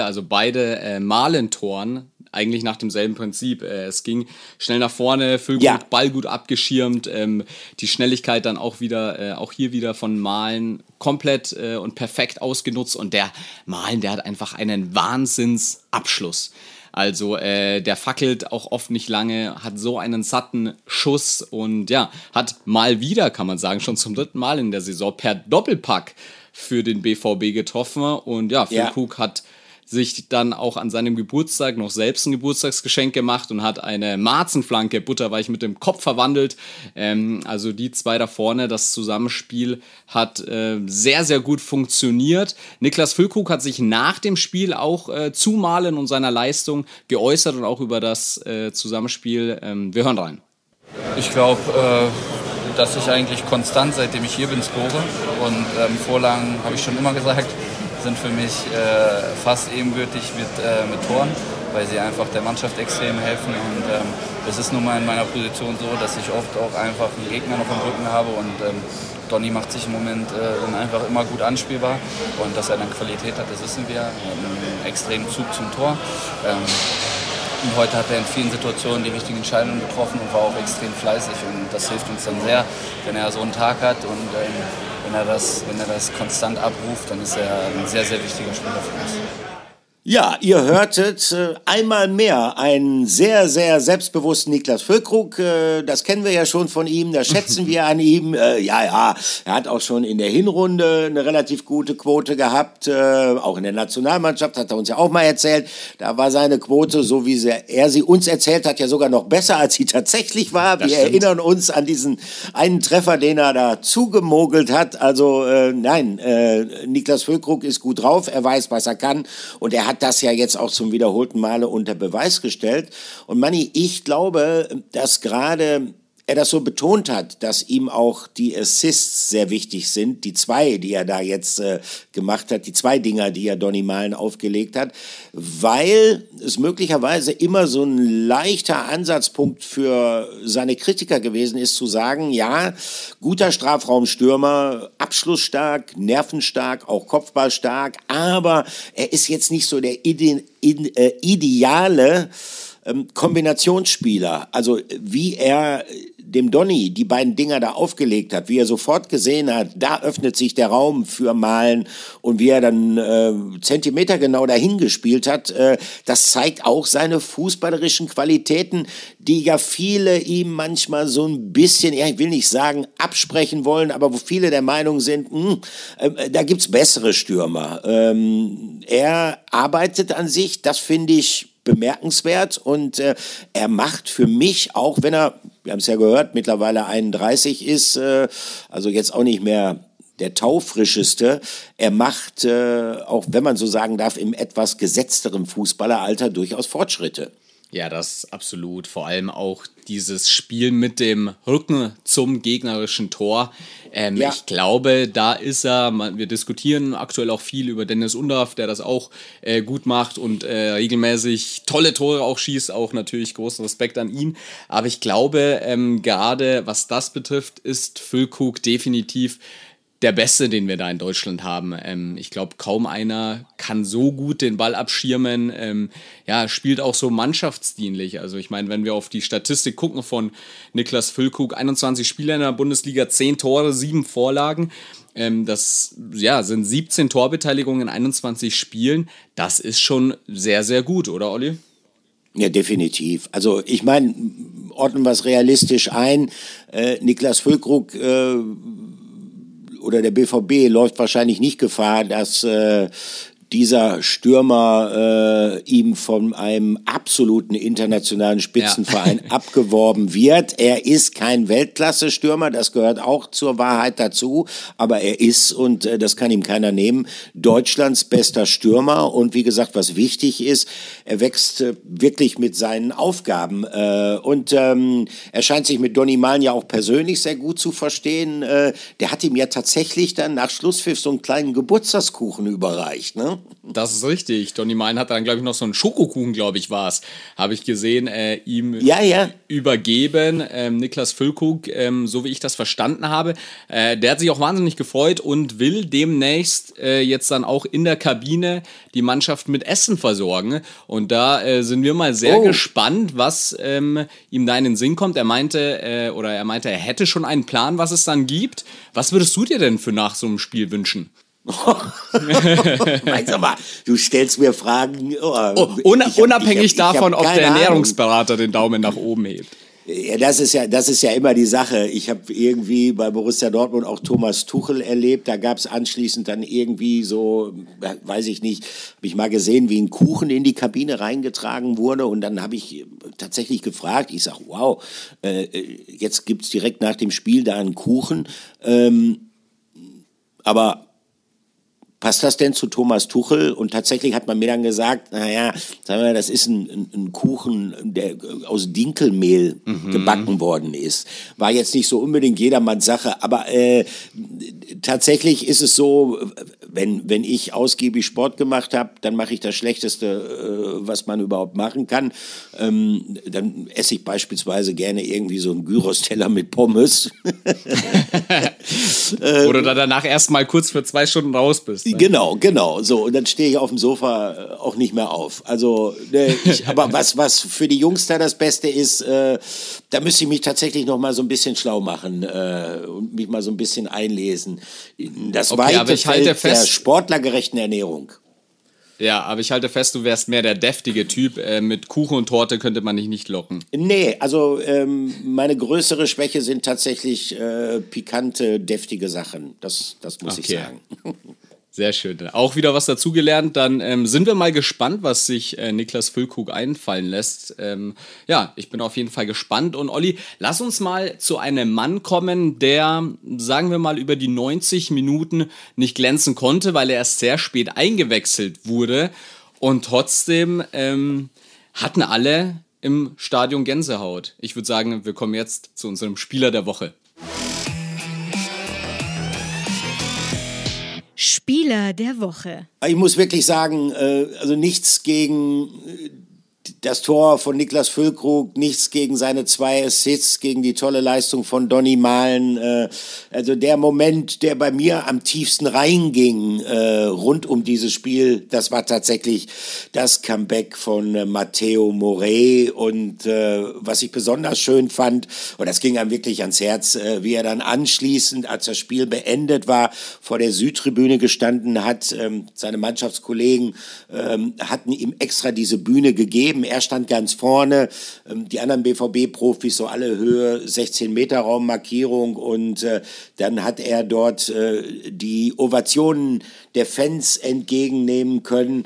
Malentoren eigentlich nach demselben Prinzip. Es ging schnell nach vorne, Füllkrug Ball gut abgeschirmt, die Schnelligkeit dann auch hier wieder von Malen komplett und perfekt ausgenutzt, und der Malen, der hat einfach einen Wahnsinnsabschluss. Also der fackelt auch oft nicht lange, hat so einen satten Schuss und hat mal wieder, kann man sagen, schon zum 3. Mal in der Saison per Doppelpack für den BVB getroffen, und Füllkrug hat sich dann auch an seinem Geburtstag noch selbst ein Geburtstagsgeschenk gemacht und hat eine Marzenflanke butterweich mit dem Kopf verwandelt. Also die zwei da vorne, das Zusammenspiel hat sehr, sehr gut funktioniert. Niklas Füllkrug hat sich nach dem Spiel auch zu Malen und seiner Leistung geäußert und auch über das Zusammenspiel. Wir hören rein. Ich glaube, dass ich eigentlich konstant, seitdem ich hier bin, score. Und Vorlagen, habe ich schon immer gesagt, sind für mich fast ebenbürtig mit Toren, weil sie einfach der Mannschaft extrem helfen. Und es ist nun mal in meiner Position so, dass ich oft auch einfach einen Gegner noch im Rücken habe. Und Donny macht sich im Moment dann einfach immer gut anspielbar. Und dass er dann Qualität hat, das wissen wir. Einen extremen Zug zum Tor. Und heute hat er in vielen Situationen die richtigen Entscheidungen getroffen und war auch extrem fleißig. Und das hilft uns dann sehr, wenn er so einen Tag hat. Und wenn er das konstant abruft, dann ist er ein sehr, sehr wichtiger Spieler für uns. Ja, ihr hörtet einmal mehr einen sehr, sehr selbstbewussten Niklas Füllkrug. Das kennen wir ja schon von ihm, das schätzen wir an ihm. Er hat auch schon in der Hinrunde eine relativ gute Quote gehabt. Auch in der Nationalmannschaft hat er uns ja auch mal erzählt. Da war seine Quote, so wie er sie uns erzählt hat, ja sogar noch besser, als sie tatsächlich war. Wir erinnern uns an diesen einen Treffer, den er da zugemogelt hat. Also Niklas Füllkrug ist gut drauf, er weiß, was er kann, und er hat das ja jetzt auch zum wiederholten Male unter Beweis gestellt. Und Manni, ich glaube, dass gerade er das so betont hat, dass ihm auch die Assists sehr wichtig sind, die 2, die er da jetzt gemacht hat, die 2 Dinger, die er Donny Malen aufgelegt hat, weil es möglicherweise immer so ein leichter Ansatzpunkt für seine Kritiker gewesen ist, zu sagen, ja, guter Strafraumstürmer, abschlussstark, nervenstark, auch kopfballstark, aber er ist jetzt nicht so der ideale Kombinationsspieler, also wie er dem Donny die beiden Dinger da aufgelegt hat, wie er sofort gesehen hat, da öffnet sich der Raum für Malen und wie er dann zentimetergenau dahin gespielt hat, das zeigt auch seine fußballerischen Qualitäten, die ja viele ihm manchmal so ein bisschen, ja, ich will nicht sagen absprechen wollen, aber wo viele der Meinung sind, da gibt's bessere Stürmer. Er arbeitet an sich, das finde ich bemerkenswert und er macht für mich, auch wenn er, wir haben es ja gehört, mittlerweile 31 ist, also jetzt auch nicht mehr der taufrischeste, er macht, auch wenn man so sagen darf, im etwas gesetzteren Fußballeralter durchaus Fortschritte. Ja, das absolut. Vor allem auch dieses Spiel mit dem Rücken zum gegnerischen Tor. Ja. Ich glaube, da ist er, wir diskutieren aktuell auch viel über Dennis Undaff, der das auch gut macht und regelmäßig tolle Tore auch schießt, auch natürlich großen Respekt an ihn. Aber ich glaube, gerade was das betrifft, ist Füllkrug definitiv der Beste, den wir da in Deutschland haben. Ich glaube, kaum einer kann so gut den Ball abschirmen. Spielt auch so mannschaftsdienlich. Also ich meine, wenn wir auf die Statistik gucken von Niklas Füllkrug, 21 Spieler in der Bundesliga, 10 Tore, 7 Vorlagen. Das sind 17 Torbeteiligungen in 21 Spielen. Das ist schon sehr, sehr gut, oder Olli? Ja, definitiv. Also ich meine, ordnen wir es realistisch ein. Niklas Füllkrug oder der BVB läuft wahrscheinlich nicht Gefahr, dass dieser Stürmer ihm von einem absoluten internationalen Spitzenverein abgeworben wird. Er ist kein Weltklasse-Stürmer, das gehört auch zur Wahrheit dazu, aber er ist, und das kann ihm keiner nehmen, Deutschlands bester Stürmer und wie gesagt, was wichtig ist, er wächst wirklich mit seinen Aufgaben und er scheint sich mit Donny Malen ja auch persönlich sehr gut zu verstehen. Der hat ihm ja tatsächlich dann nach Schlusspfiff so einen kleinen Geburtstagskuchen überreicht, ne? Das ist richtig. Donny Malen hat dann, glaube ich, noch so einen Schokokuchen, glaube ich, war es. Habe ich gesehen, ihm übergeben. Niklas Füllkrug, so wie ich das verstanden habe. Der hat sich auch wahnsinnig gefreut und will demnächst jetzt dann auch in der Kabine die Mannschaft mit Essen versorgen. Und da sind wir mal sehr gespannt, was ihm da in den Sinn kommt. Er meinte, er hätte schon einen Plan, was es dann gibt. Was würdest du dir denn für nach so einem Spiel wünschen? Sag mal, du stellst mir Fragen. Unabhängig davon, ob der Ernährungsberater den Daumen nach oben hebt. Ja, das ist ja immer die Sache. Ich habe irgendwie bei Borussia Dortmund auch Thomas Tuchel erlebt. Da gab es anschließend dann irgendwie so, weiß ich nicht, habe ich mal gesehen, wie ein Kuchen in die Kabine reingetragen wurde. Und dann habe ich tatsächlich gefragt, ich sage, wow, jetzt gibt's direkt nach dem Spiel da einen Kuchen. Aber passt das denn zu Thomas Tuchel? Und tatsächlich hat man mir dann gesagt, naja, sagen wir, das ist ein Kuchen, der aus Dinkelmehl gebacken worden ist. War jetzt nicht so unbedingt jedermanns Sache, aber tatsächlich ist es so, wenn ich ausgiebig Sport gemacht habe, dann mache ich das Schlechteste, was man überhaupt machen kann. Dann esse ich beispielsweise gerne irgendwie so einen Gyros-Teller mit Pommes. Oder danach erst mal kurz für 2 Stunden raus bist. Ne? Genau. So, und dann stehe ich auf dem Sofa auch nicht mehr auf. Also, aber was für die Jungs da das Beste ist, da müsste ich mich tatsächlich noch mal so ein bisschen schlau machen und mich mal so ein bisschen einlesen. Das weite Feld der sportlergerechten Ernährung. Ja, aber ich halte fest, du wärst mehr der deftige Typ. Mit Kuchen und Torte könnte man dich nicht locken. Nee, also meine größere Schwäche sind tatsächlich pikante, deftige Sachen. Das muss ich sagen. Sehr schön. Auch wieder was dazugelernt. Dann sind wir mal gespannt, was sich Niklas Füllkrug einfallen lässt. Ich bin auf jeden Fall gespannt. Und Olli, lass uns mal zu einem Mann kommen, der, sagen wir mal, über die 90 Minuten nicht glänzen konnte, weil er erst sehr spät eingewechselt wurde. Und trotzdem hatten alle im Stadion Gänsehaut. Ich würde sagen, wir kommen jetzt zu unserem Spieler der Woche. Spieler der Woche. Ich muss wirklich sagen, also nichts gegen das Tor von Niklas Füllkrug, nichts gegen seine 2 Assists, gegen die tolle Leistung von Donny Malen. Also der Moment, der bei mir am tiefsten reinging rund um dieses Spiel, das war tatsächlich das Comeback von Matteo Morey. Und was ich besonders schön fand, und das ging einem wirklich ans Herz, wie er dann anschließend, als das Spiel beendet war, vor der Südtribüne gestanden hat. Seine Mannschaftskollegen hatten ihm extra diese Bühne gegeben. Er stand ganz vorne, die anderen BVB-Profis so alle Höhe 16-Meter-Raummarkierung und dann hat er dort die Ovationen der Fans entgegennehmen können.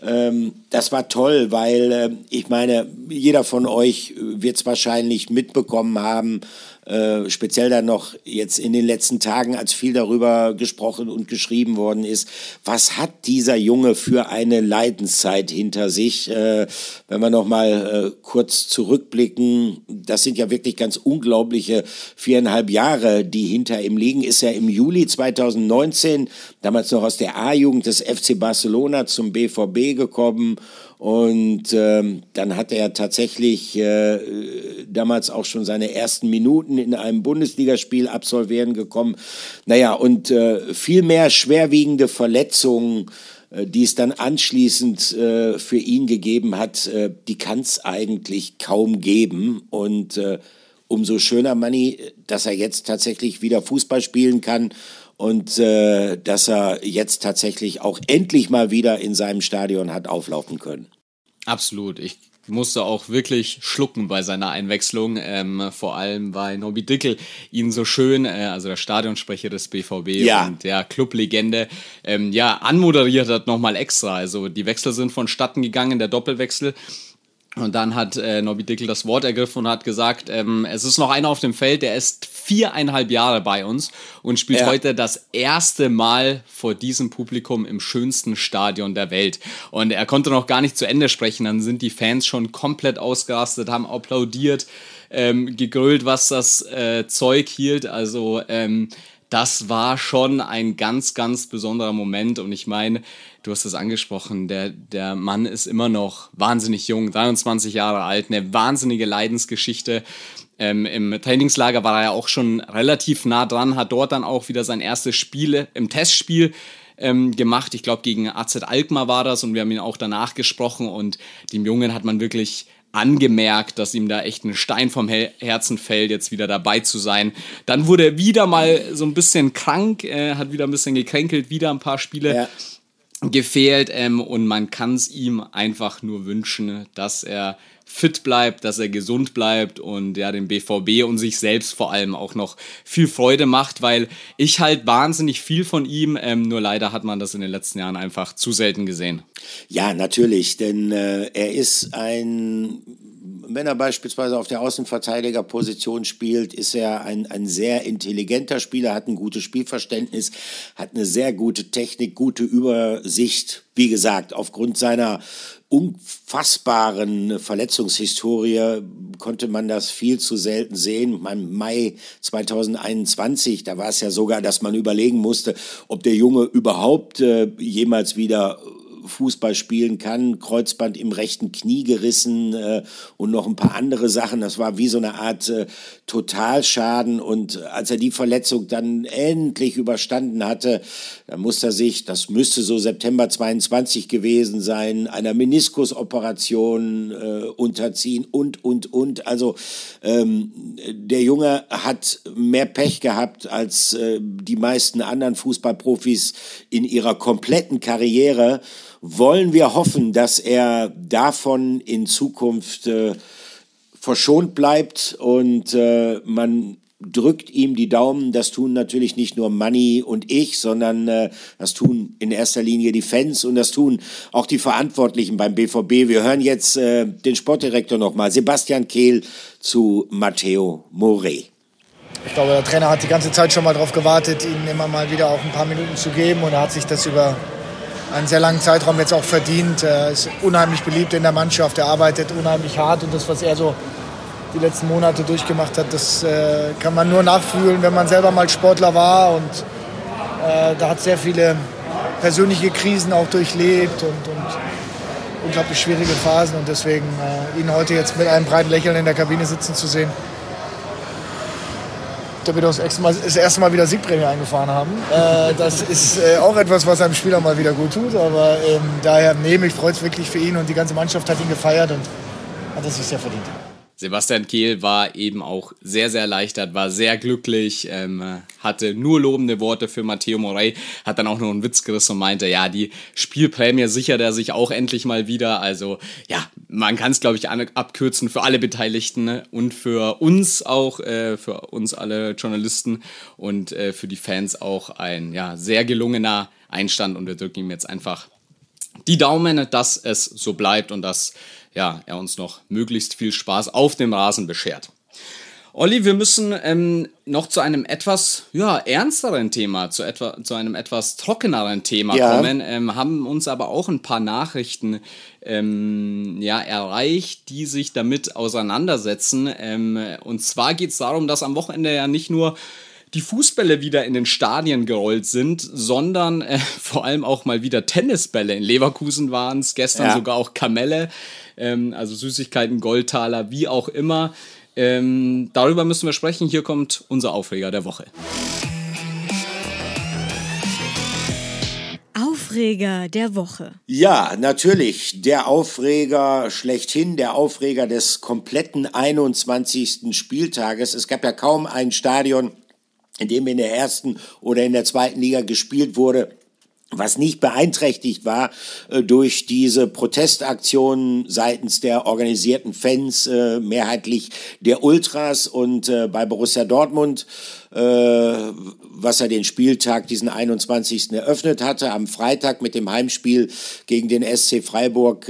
Das war toll, weil ich meine, jeder von euch wird es wahrscheinlich mitbekommen haben, speziell dann noch jetzt in den letzten Tagen, als viel darüber gesprochen und geschrieben worden ist, was hat dieser Junge für eine Leidenszeit hinter sich? Wenn wir noch mal kurz zurückblicken, das sind ja wirklich ganz unglaubliche 4,5 Jahre, die hinter ihm liegen. Ist er im Juli 2019, damals noch aus der A-Jugend des FC Barcelona zum BVB gekommen. Und dann hat er tatsächlich damals auch schon seine ersten Minuten in einem Bundesligaspiel absolvieren gekommen. Naja, und viel mehr schwerwiegende Verletzungen, die es dann anschließend für ihn gegeben hat, die kann es eigentlich kaum geben. Und umso schöner, Manni, dass er jetzt tatsächlich wieder Fußball spielen kann. Und dass er jetzt tatsächlich auch endlich mal wieder in seinem Stadion hat auflaufen können. Absolut. Ich musste auch wirklich schlucken bei seiner Einwechslung, vor allem weil Nobby Dickel ihn so schön, also der Stadionsprecher des BVB und der Clublegende, anmoderiert hat nochmal extra. Also die Wechsel sind vonstatten gegangen, der Doppelwechsel. Und dann hat Nobby Dickel das Wort ergriffen und hat gesagt, es ist noch einer auf dem Feld, der ist 4,5 Jahre bei uns und spielt heute das erste Mal vor diesem Publikum im schönsten Stadion der Welt. Und er konnte noch gar nicht zu Ende sprechen, dann sind die Fans schon komplett ausgerastet, haben applaudiert, gegrölt, was das Zeug hielt. Also das war schon ein ganz, ganz besonderer Moment. Und ich meine, du hast es angesprochen, der Mann ist immer noch wahnsinnig jung, 23 Jahre alt, eine wahnsinnige Leidensgeschichte. Im Trainingslager war er ja auch schon relativ nah dran, hat dort dann auch wieder sein erstes Spiel im Testspiel gemacht. Ich glaube, gegen AZ Alkmaar war das und wir haben ihn auch danach gesprochen und dem Jungen hat man wirklich angemerkt, dass ihm da echt ein Stein vom Herzen fällt, jetzt wieder dabei zu sein. Dann wurde er wieder mal so ein bisschen krank, hat wieder ein bisschen gekränkelt, wieder ein paar Spiele gefehlt und man kann es ihm einfach nur wünschen, dass er fit bleibt, dass er gesund bleibt und ja dem BVB und sich selbst vor allem auch noch viel Freude macht, weil ich halt wahnsinnig viel von ihm, nur leider hat man das in den letzten Jahren einfach zu selten gesehen. Ja, natürlich, denn er ist wenn er beispielsweise auf der Außenverteidigerposition spielt, ist er ein sehr intelligenter Spieler, hat ein gutes Spielverständnis, hat eine sehr gute Technik, gute Übersicht. Wie gesagt, aufgrund seiner unfassbaren Verletzungshistorie konnte man das viel zu selten sehen. Im Mai 2021, da war es ja sogar, dass man überlegen musste, ob der Junge überhaupt jemals wieder Fußball spielen kann, Kreuzband im rechten Knie gerissen und noch ein paar andere Sachen. Das war wie so eine Art Totalschaden und als er die Verletzung dann endlich überstanden hatte, dann musste er sich, das müsste so September 22 gewesen sein, einer Meniskusoperation unterziehen und. Also der Junge hat mehr Pech gehabt als die meisten anderen Fußballprofis in ihrer kompletten Karriere. Wollen wir hoffen, dass er davon in Zukunft verschont bleibt und man drückt ihm die Daumen. Das tun natürlich nicht nur Manni und ich, sondern das tun in erster Linie die Fans und das tun auch die Verantwortlichen beim BVB. Wir hören jetzt den Sportdirektor nochmal, Sebastian Kehl, zu Matteo Morey. Ich glaube, der Trainer hat die ganze Zeit schon mal darauf gewartet, ihm immer mal wieder auch ein paar Minuten zu geben und er hat sich das über einen sehr langen Zeitraum jetzt auch verdient. Er ist unheimlich beliebt in der Mannschaft, er arbeitet unheimlich hart und das, was er so die letzten Monate durchgemacht hat, das kann man nur nachfühlen, wenn man selber mal Sportler war und da hat sehr viele persönliche Krisen auch durchlebt und unglaublich schwierige Phasen und deswegen ihn heute jetzt mit einem breiten Lächeln in der Kabine sitzen zu sehen, da wir das erste Mal wieder Siegprämie eingefahren haben. Das ist auch etwas, was einem Spieler mal wieder gut tut. Aber daher, mich freut es wirklich für ihn und die ganze Mannschaft hat ihn gefeiert und hat es sich sehr verdient. Sebastian Kehl war eben auch sehr, sehr erleichtert, war sehr glücklich, hatte nur lobende Worte für Matteo Morey, hat dann auch noch einen Witz gerissen und meinte, ja, die Spielprämie sichert er sich auch endlich mal wieder. Also ja, man kann es, glaube ich, abkürzen für alle Beteiligten und für uns auch, für uns alle Journalisten und für die Fans auch ein sehr gelungener Einstand und wir drücken ihm jetzt einfach die Daumen, dass es so bleibt und dass er uns noch möglichst viel Spaß auf dem Rasen beschert. Olli, wir müssen noch zu einem etwas ernsteren Thema, zu einem etwas trockeneren Thema kommen, haben uns aber auch ein paar Nachrichten erreicht, die sich damit auseinandersetzen. Und zwar geht es darum, dass am Wochenende ja nicht nur die Fußbälle wieder in den Stadien gerollt sind, sondern vor allem auch mal wieder Tennisbälle. In Leverkusen waren es, gestern sogar auch Kamelle, also Süßigkeiten, Goldtaler, wie auch immer. Darüber müssen wir sprechen. Hier kommt unser Aufreger der Woche. Aufreger der Woche. Ja, natürlich. Der Aufreger schlechthin, der Aufreger des kompletten 21. Spieltages. Es gab ja kaum ein Stadion, in dem in der ersten oder in der zweiten Liga gespielt wurde, was nicht beeinträchtigt war durch diese Protestaktionen seitens der organisierten Fans, mehrheitlich der Ultras und bei Borussia Dortmund, was ja den Spieltag, diesen 21. eröffnet hatte, am Freitag mit dem Heimspiel gegen den SC Freiburg.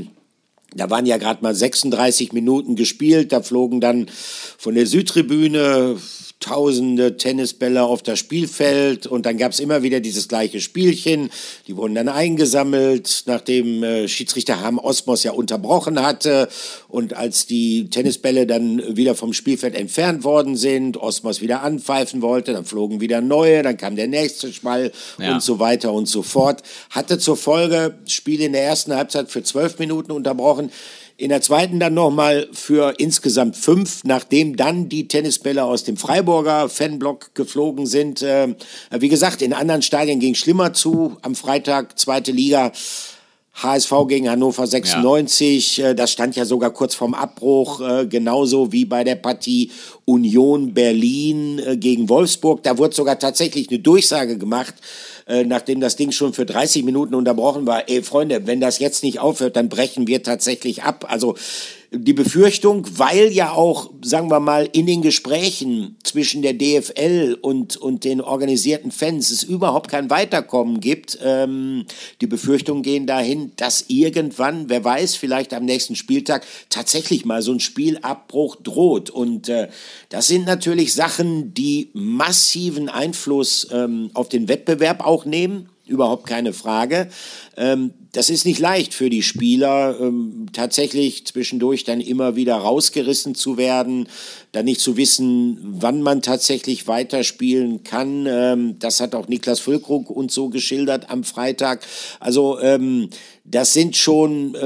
Da waren ja gerade mal 36 Minuten gespielt, da flogen dann von der Südtribüne tausende Tennisbälle auf das Spielfeld und dann gab es immer wieder dieses gleiche Spielchen. Die wurden dann eingesammelt, nachdem Schiedsrichter Harm Osmos ja unterbrochen hatte und als die Tennisbälle dann wieder vom Spielfeld entfernt worden sind, Osmos wieder anpfeifen wollte, dann flogen wieder neue, dann kam der nächste Schwall und so weiter und so fort. Hatte zur Folge, Spiel in der ersten Halbzeit für 12 Minuten unterbrochen, in der zweiten dann nochmal für insgesamt 5, nachdem dann die Tennisbälle aus dem Freiburger Fanblock geflogen sind. Wie gesagt, in anderen Stadien ging es schlimmer zu. Am Freitag, zweite Liga, HSV gegen Hannover 96. Das stand ja sogar kurz vorm Abbruch, genauso wie bei der Partie Union Berlin gegen Wolfsburg. Da wurde sogar tatsächlich eine Durchsage gemacht, nachdem das Ding schon für 30 Minuten unterbrochen war. Freunde, wenn das jetzt nicht aufhört, dann brechen wir tatsächlich ab. Also die Befürchtung, weil ja auch, sagen wir mal, in den Gesprächen zwischen der DFL und den organisierten Fans es überhaupt kein Weiterkommen gibt, die Befürchtungen gehen dahin, dass irgendwann, wer weiß, vielleicht am nächsten Spieltag tatsächlich mal so ein Spielabbruch droht. Und das sind natürlich Sachen, die massiven Einfluss auf den Wettbewerb auch nehmen. Überhaupt keine Frage. Das ist nicht leicht für die Spieler, tatsächlich zwischendurch dann immer wieder rausgerissen zu werden, dann nicht zu wissen, wann man tatsächlich weiterspielen kann. Das hat auch Niklas Füllkrug uns so geschildert am Freitag. Also das sind schon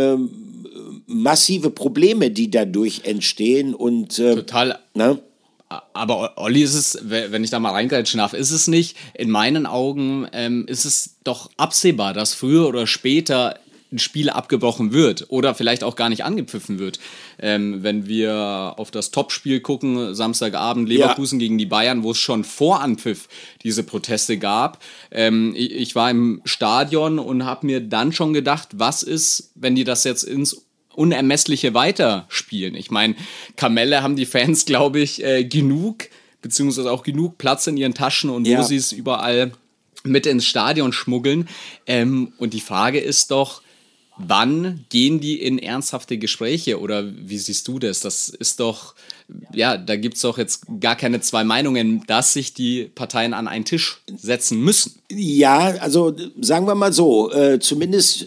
massive Probleme, die dadurch entstehen. Und total. Ne? Aber Olli, ist es, wenn ich da mal reingrätschen darf, ist es nicht, in meinen Augen ist es doch absehbar, dass früher oder später ein Spiel abgebrochen wird oder vielleicht auch gar nicht angepfiffen wird. Wenn wir auf das Topspiel gucken, Samstagabend Leverkusen gegen die Bayern, wo es schon vor Anpfiff diese Proteste gab. Ich war im Stadion und habe mir dann schon gedacht, was ist, wenn die das jetzt ins Unermessliche weiterspielen. Ich meine, Kamelle haben die Fans, glaube ich, genug, beziehungsweise auch genug Platz in ihren Taschen und wo sie es überall mit ins Stadion schmuggeln. Und die Frage ist doch, Wann gehen die in ernsthafte Gespräche oder wie siehst du das? Das ist doch, ja, da gibt es doch jetzt gar keine zwei Meinungen, dass sich die Parteien an einen Tisch setzen müssen. Ja, also sagen wir mal so, zumindest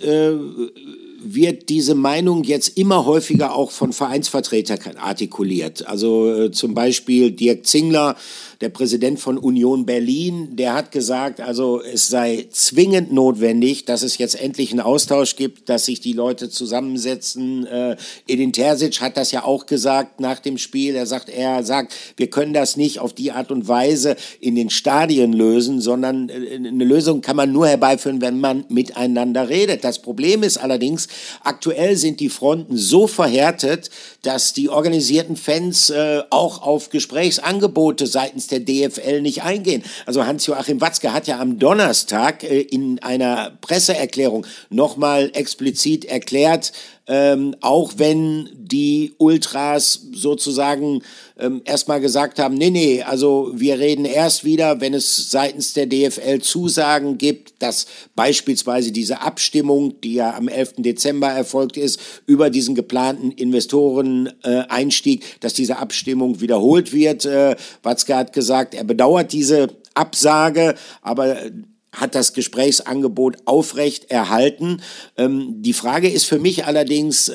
wird diese Meinung jetzt immer häufiger auch von Vereinsvertretern artikuliert. Also zum Beispiel Dirk Zingler, der Präsident von Union Berlin, der hat gesagt, also es sei zwingend notwendig, dass es jetzt endlich einen Austausch gibt, dass sich die Leute zusammensetzen. Edin Terzic hat das ja auch gesagt nach dem Spiel. Er sagt, wir können das nicht auf die Art und Weise in den Stadien lösen, sondern eine Lösung kann man nur herbeiführen, wenn man miteinander redet. Das Problem ist allerdings, aktuell sind die Fronten so verhärtet, dass die organisierten Fans auch auf Gesprächsangebote seitens der DFL nicht eingehen. Also Hans-Joachim Watzke hat ja am Donnerstag in einer Presseerklärung nochmal explizit erklärt, auch wenn die Ultras sozusagen erstmal gesagt haben, nee, also wir reden erst wieder, wenn es seitens der DFL Zusagen gibt, dass beispielsweise diese Abstimmung, die ja am 11. Dezember erfolgt ist, über diesen geplanten Investoreneinstieg, dass diese Abstimmung wiederholt wird. Watzke hat gesagt, er bedauert diese Absage, aber hat das Gesprächsangebot aufrecht erhalten. Die Frage ist für mich allerdings,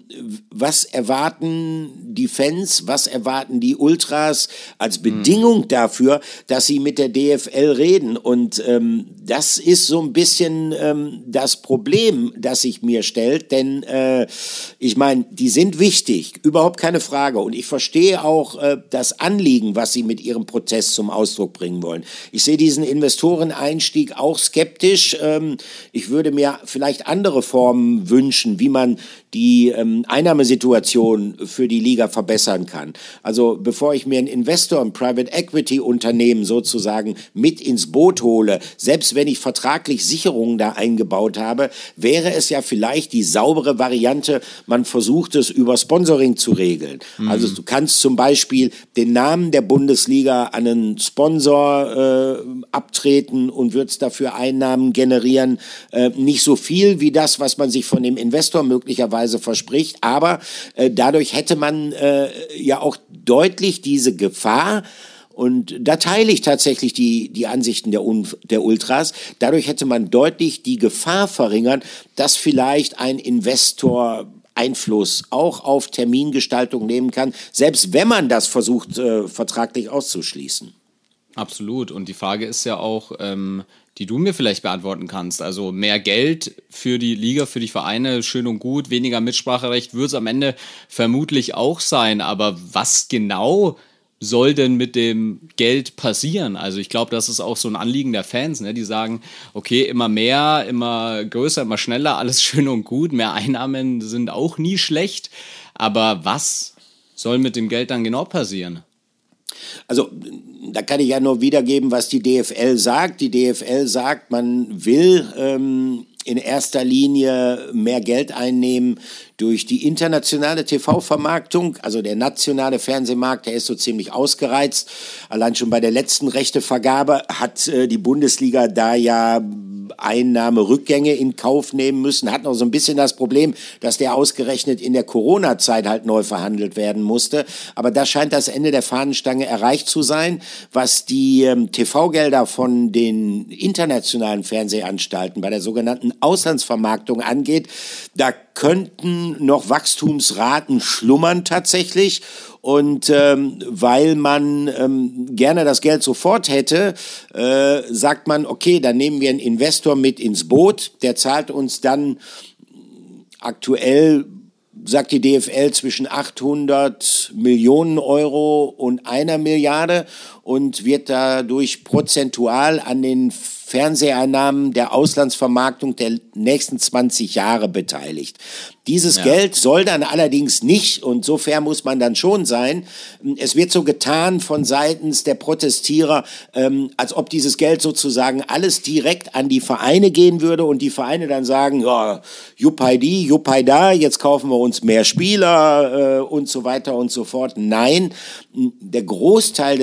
was erwarten die Fans, was erwarten die Ultras als Bedingung dafür, dass sie mit der DFL reden? Und das ist so ein bisschen das Problem, das sich mir stellt, denn ich meine, die sind wichtig, überhaupt keine Frage. Und ich verstehe auch das Anliegen, was sie mit ihrem Protest zum Ausdruck bringen wollen. Ich sehe diesen Investoreneinstieg auch skeptisch. Ich würde mir vielleicht andere Formen wünschen, wie man die Einnahmesituation für die Liga verbessern kann. Also bevor ich mir einen Investor, ein Private Equity Unternehmen sozusagen mit ins Boot hole, selbst wenn ich vertraglich Sicherungen da eingebaut habe, wäre es ja vielleicht die saubere Variante, man versucht es über Sponsoring zu regeln. Also du kannst zum Beispiel den Namen der Bundesliga an einen Sponsor abtreten und würdest dafür Einnahmen generieren. Nicht so viel wie das, was man sich von dem Investor möglicherweise verspricht, aber dadurch hätte man ja auch deutlich diese Gefahr, und da teile ich tatsächlich die Ansichten der Ultras, dadurch hätte man deutlich die Gefahr verringern, dass vielleicht ein Investor Einfluss auch auf Termingestaltung nehmen kann, selbst wenn man das versucht, vertraglich auszuschließen. Absolut. Und die Frage ist ja auch, die du mir vielleicht beantworten kannst. Also mehr Geld für die Liga, für die Vereine, schön und gut, weniger Mitspracherecht wird es am Ende vermutlich auch sein. Aber was genau soll denn mit dem Geld passieren? Also ich glaube, das ist auch so ein Anliegen der Fans, ne? Die sagen, okay, immer mehr, immer größer, immer schneller, alles schön und gut. Mehr Einnahmen sind auch nie schlecht. Aber was soll mit dem Geld dann genau passieren? Also da kann ich ja nur wiedergeben, was die DFL sagt. Die DFL sagt, man will in erster Linie mehr Geld einnehmen durch die internationale TV-Vermarktung. Also der nationale Fernsehmarkt, der ist so ziemlich ausgereizt. Allein schon bei der letzten Rechtevergabe hat die Bundesliga da ja Einnahmerückgänge in Kauf nehmen müssen. Hat noch so ein bisschen das Problem, dass der ausgerechnet in der Corona-Zeit halt neu verhandelt werden musste. Aber da scheint das Ende der Fahnenstange erreicht zu sein. Was die TV-Gelder von den internationalen Fernsehanstalten bei der sogenannten Auslandsvermarktung angeht, da könnten noch Wachstumsraten schlummern tatsächlich. Und weil man gerne das Geld sofort hätte, sagt man, okay, dann nehmen wir einen Investor mit ins Boot, der zahlt uns dann aktuell, sagt die DFL, zwischen 800 Millionen Euro und 1 Milliarde und wird dadurch prozentual an den Fernseheinnahmen der Auslandsvermarktung der nächsten 20 Jahre beteiligt. Dieses Geld soll dann allerdings nicht, und so fair muss man dann schon sein, es wird so getan von seitens der Protestierer, als ob dieses Geld sozusagen alles direkt an die Vereine gehen würde und die Vereine dann sagen, ja, juppei die, juppei da, jetzt kaufen wir uns mehr Spieler und so weiter und so fort. Nein, der Großteil des Geldes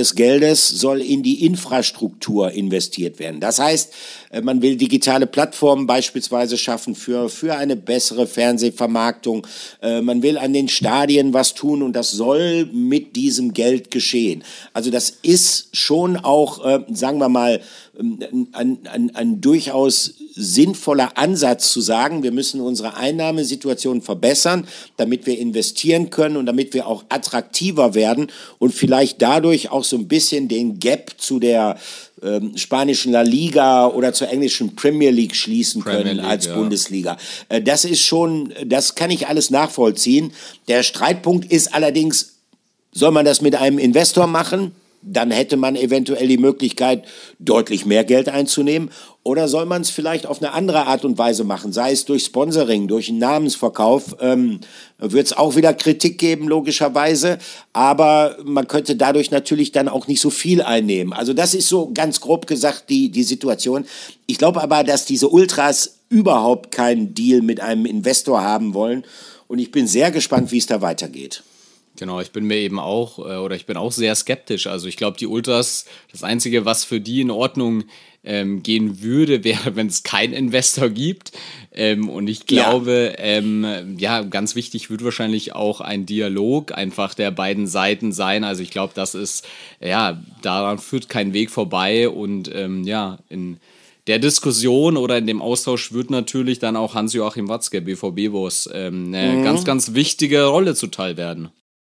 alles soll in die Infrastruktur investiert werden. Das heißt, man will digitale Plattformen beispielsweise schaffen für eine bessere Fernsehvermarktung. Man will an den Stadien was tun und das soll mit diesem Geld geschehen. Also das ist schon auch, sagen wir mal, ein durchaus sinnvoller Ansatz zu sagen, wir müssen unsere Einnahmesituation verbessern, damit wir investieren können und damit wir auch attraktiver werden und vielleicht dadurch auch so ein bisschen den Gap zu der spanischen La Liga oder zur englischen Premier League schließen können als Bundesliga. Das ist schon, das kann ich alles nachvollziehen. Der Streitpunkt ist allerdings, soll man das mit einem Investor machen? Dann hätte man eventuell die Möglichkeit, deutlich mehr Geld einzunehmen. Oder soll man es vielleicht auf eine andere Art und Weise machen, sei es durch Sponsoring, durch einen Namensverkauf, wird es auch wieder Kritik geben, logischerweise. Aber man könnte dadurch natürlich dann auch nicht so viel einnehmen. Also das ist so ganz grob gesagt die Situation. Ich glaube aber, dass diese Ultras überhaupt keinen Deal mit einem Investor haben wollen. Und ich bin sehr gespannt, wie es da weitergeht. Genau, ich bin auch sehr skeptisch. Also ich glaube, die Ultras, das Einzige, was für die in Ordnung gehen würde, wäre, wenn es keinen Investor gibt. Und ich glaube, ganz wichtig wird wahrscheinlich auch ein Dialog einfach der beiden Seiten sein. Also ich glaube, das ist, daran führt kein Weg vorbei. Und in der Diskussion oder in dem Austausch wird natürlich dann auch Hans-Joachim Watzke, BVB-Boss, eine ganz, ganz wichtige Rolle zuteil werden.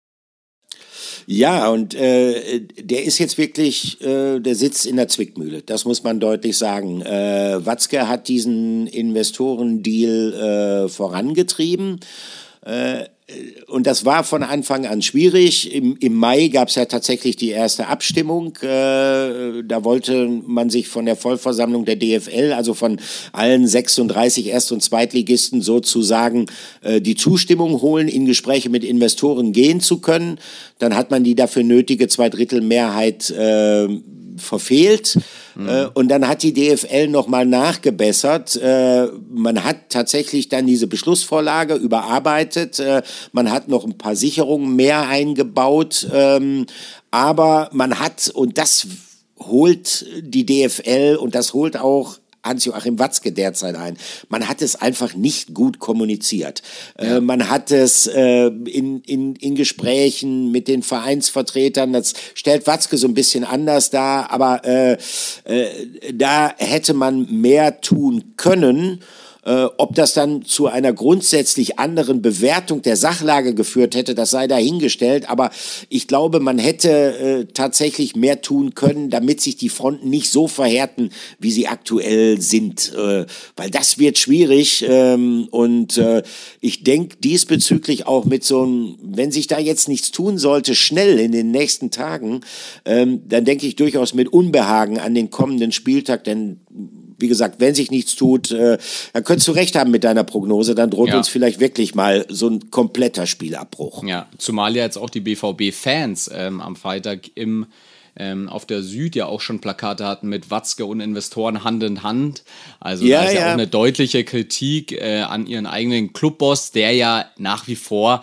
Ja, und der ist jetzt wirklich, der sitzt in der Zwickmühle, das muss man deutlich sagen. Watzke hat diesen Investorendeal vorangetrieben. Und das war von Anfang an schwierig. Im Mai gab es ja tatsächlich die erste Abstimmung. Da wollte man sich von der Vollversammlung der DFL, also von allen 36 Erst- und Zweitligisten sozusagen die Zustimmung holen, in Gespräche mit Investoren gehen zu können. Dann hat man die dafür nötige Zweidrittelmehrheit verfehlt. Und dann hat die DFL nochmal nachgebessert. Man hat tatsächlich dann diese Beschlussvorlage überarbeitet. Man hat noch ein paar Sicherungen mehr eingebaut. Aber man hat, und das holt die DFL und das holt auch Hans-Joachim Watzke derzeit ein. Man hat es einfach nicht gut kommuniziert. Ja. Man hat es in Gesprächen mit den Vereinsvertretern, das stellt Watzke so ein bisschen anders dar, aber da hätte man mehr tun können. Ob das dann zu einer grundsätzlich anderen Bewertung der Sachlage geführt hätte, das sei dahingestellt. Aber ich glaube, man hätte tatsächlich mehr tun können, damit sich die Fronten nicht so verhärten, wie sie aktuell sind. Weil das wird schwierig. Und ich denke diesbezüglich auch mit so einem, wenn sich da jetzt nichts tun sollte, schnell in den nächsten Tagen, dann denke ich durchaus mit Unbehagen an den kommenden Spieltag, denn wie gesagt, wenn sich nichts tut, dann könntest du recht haben mit deiner Prognose, dann droht uns vielleicht wirklich mal so ein kompletter Spielabbruch. Ja, zumal ja jetzt auch die BVB-Fans am Freitag auf der Süd ja auch schon Plakate hatten mit Watzke und Investoren Hand in Hand. Also da ist ja auch eine deutliche Kritik an ihren eigenen Clubboss, der ja nach wie vor,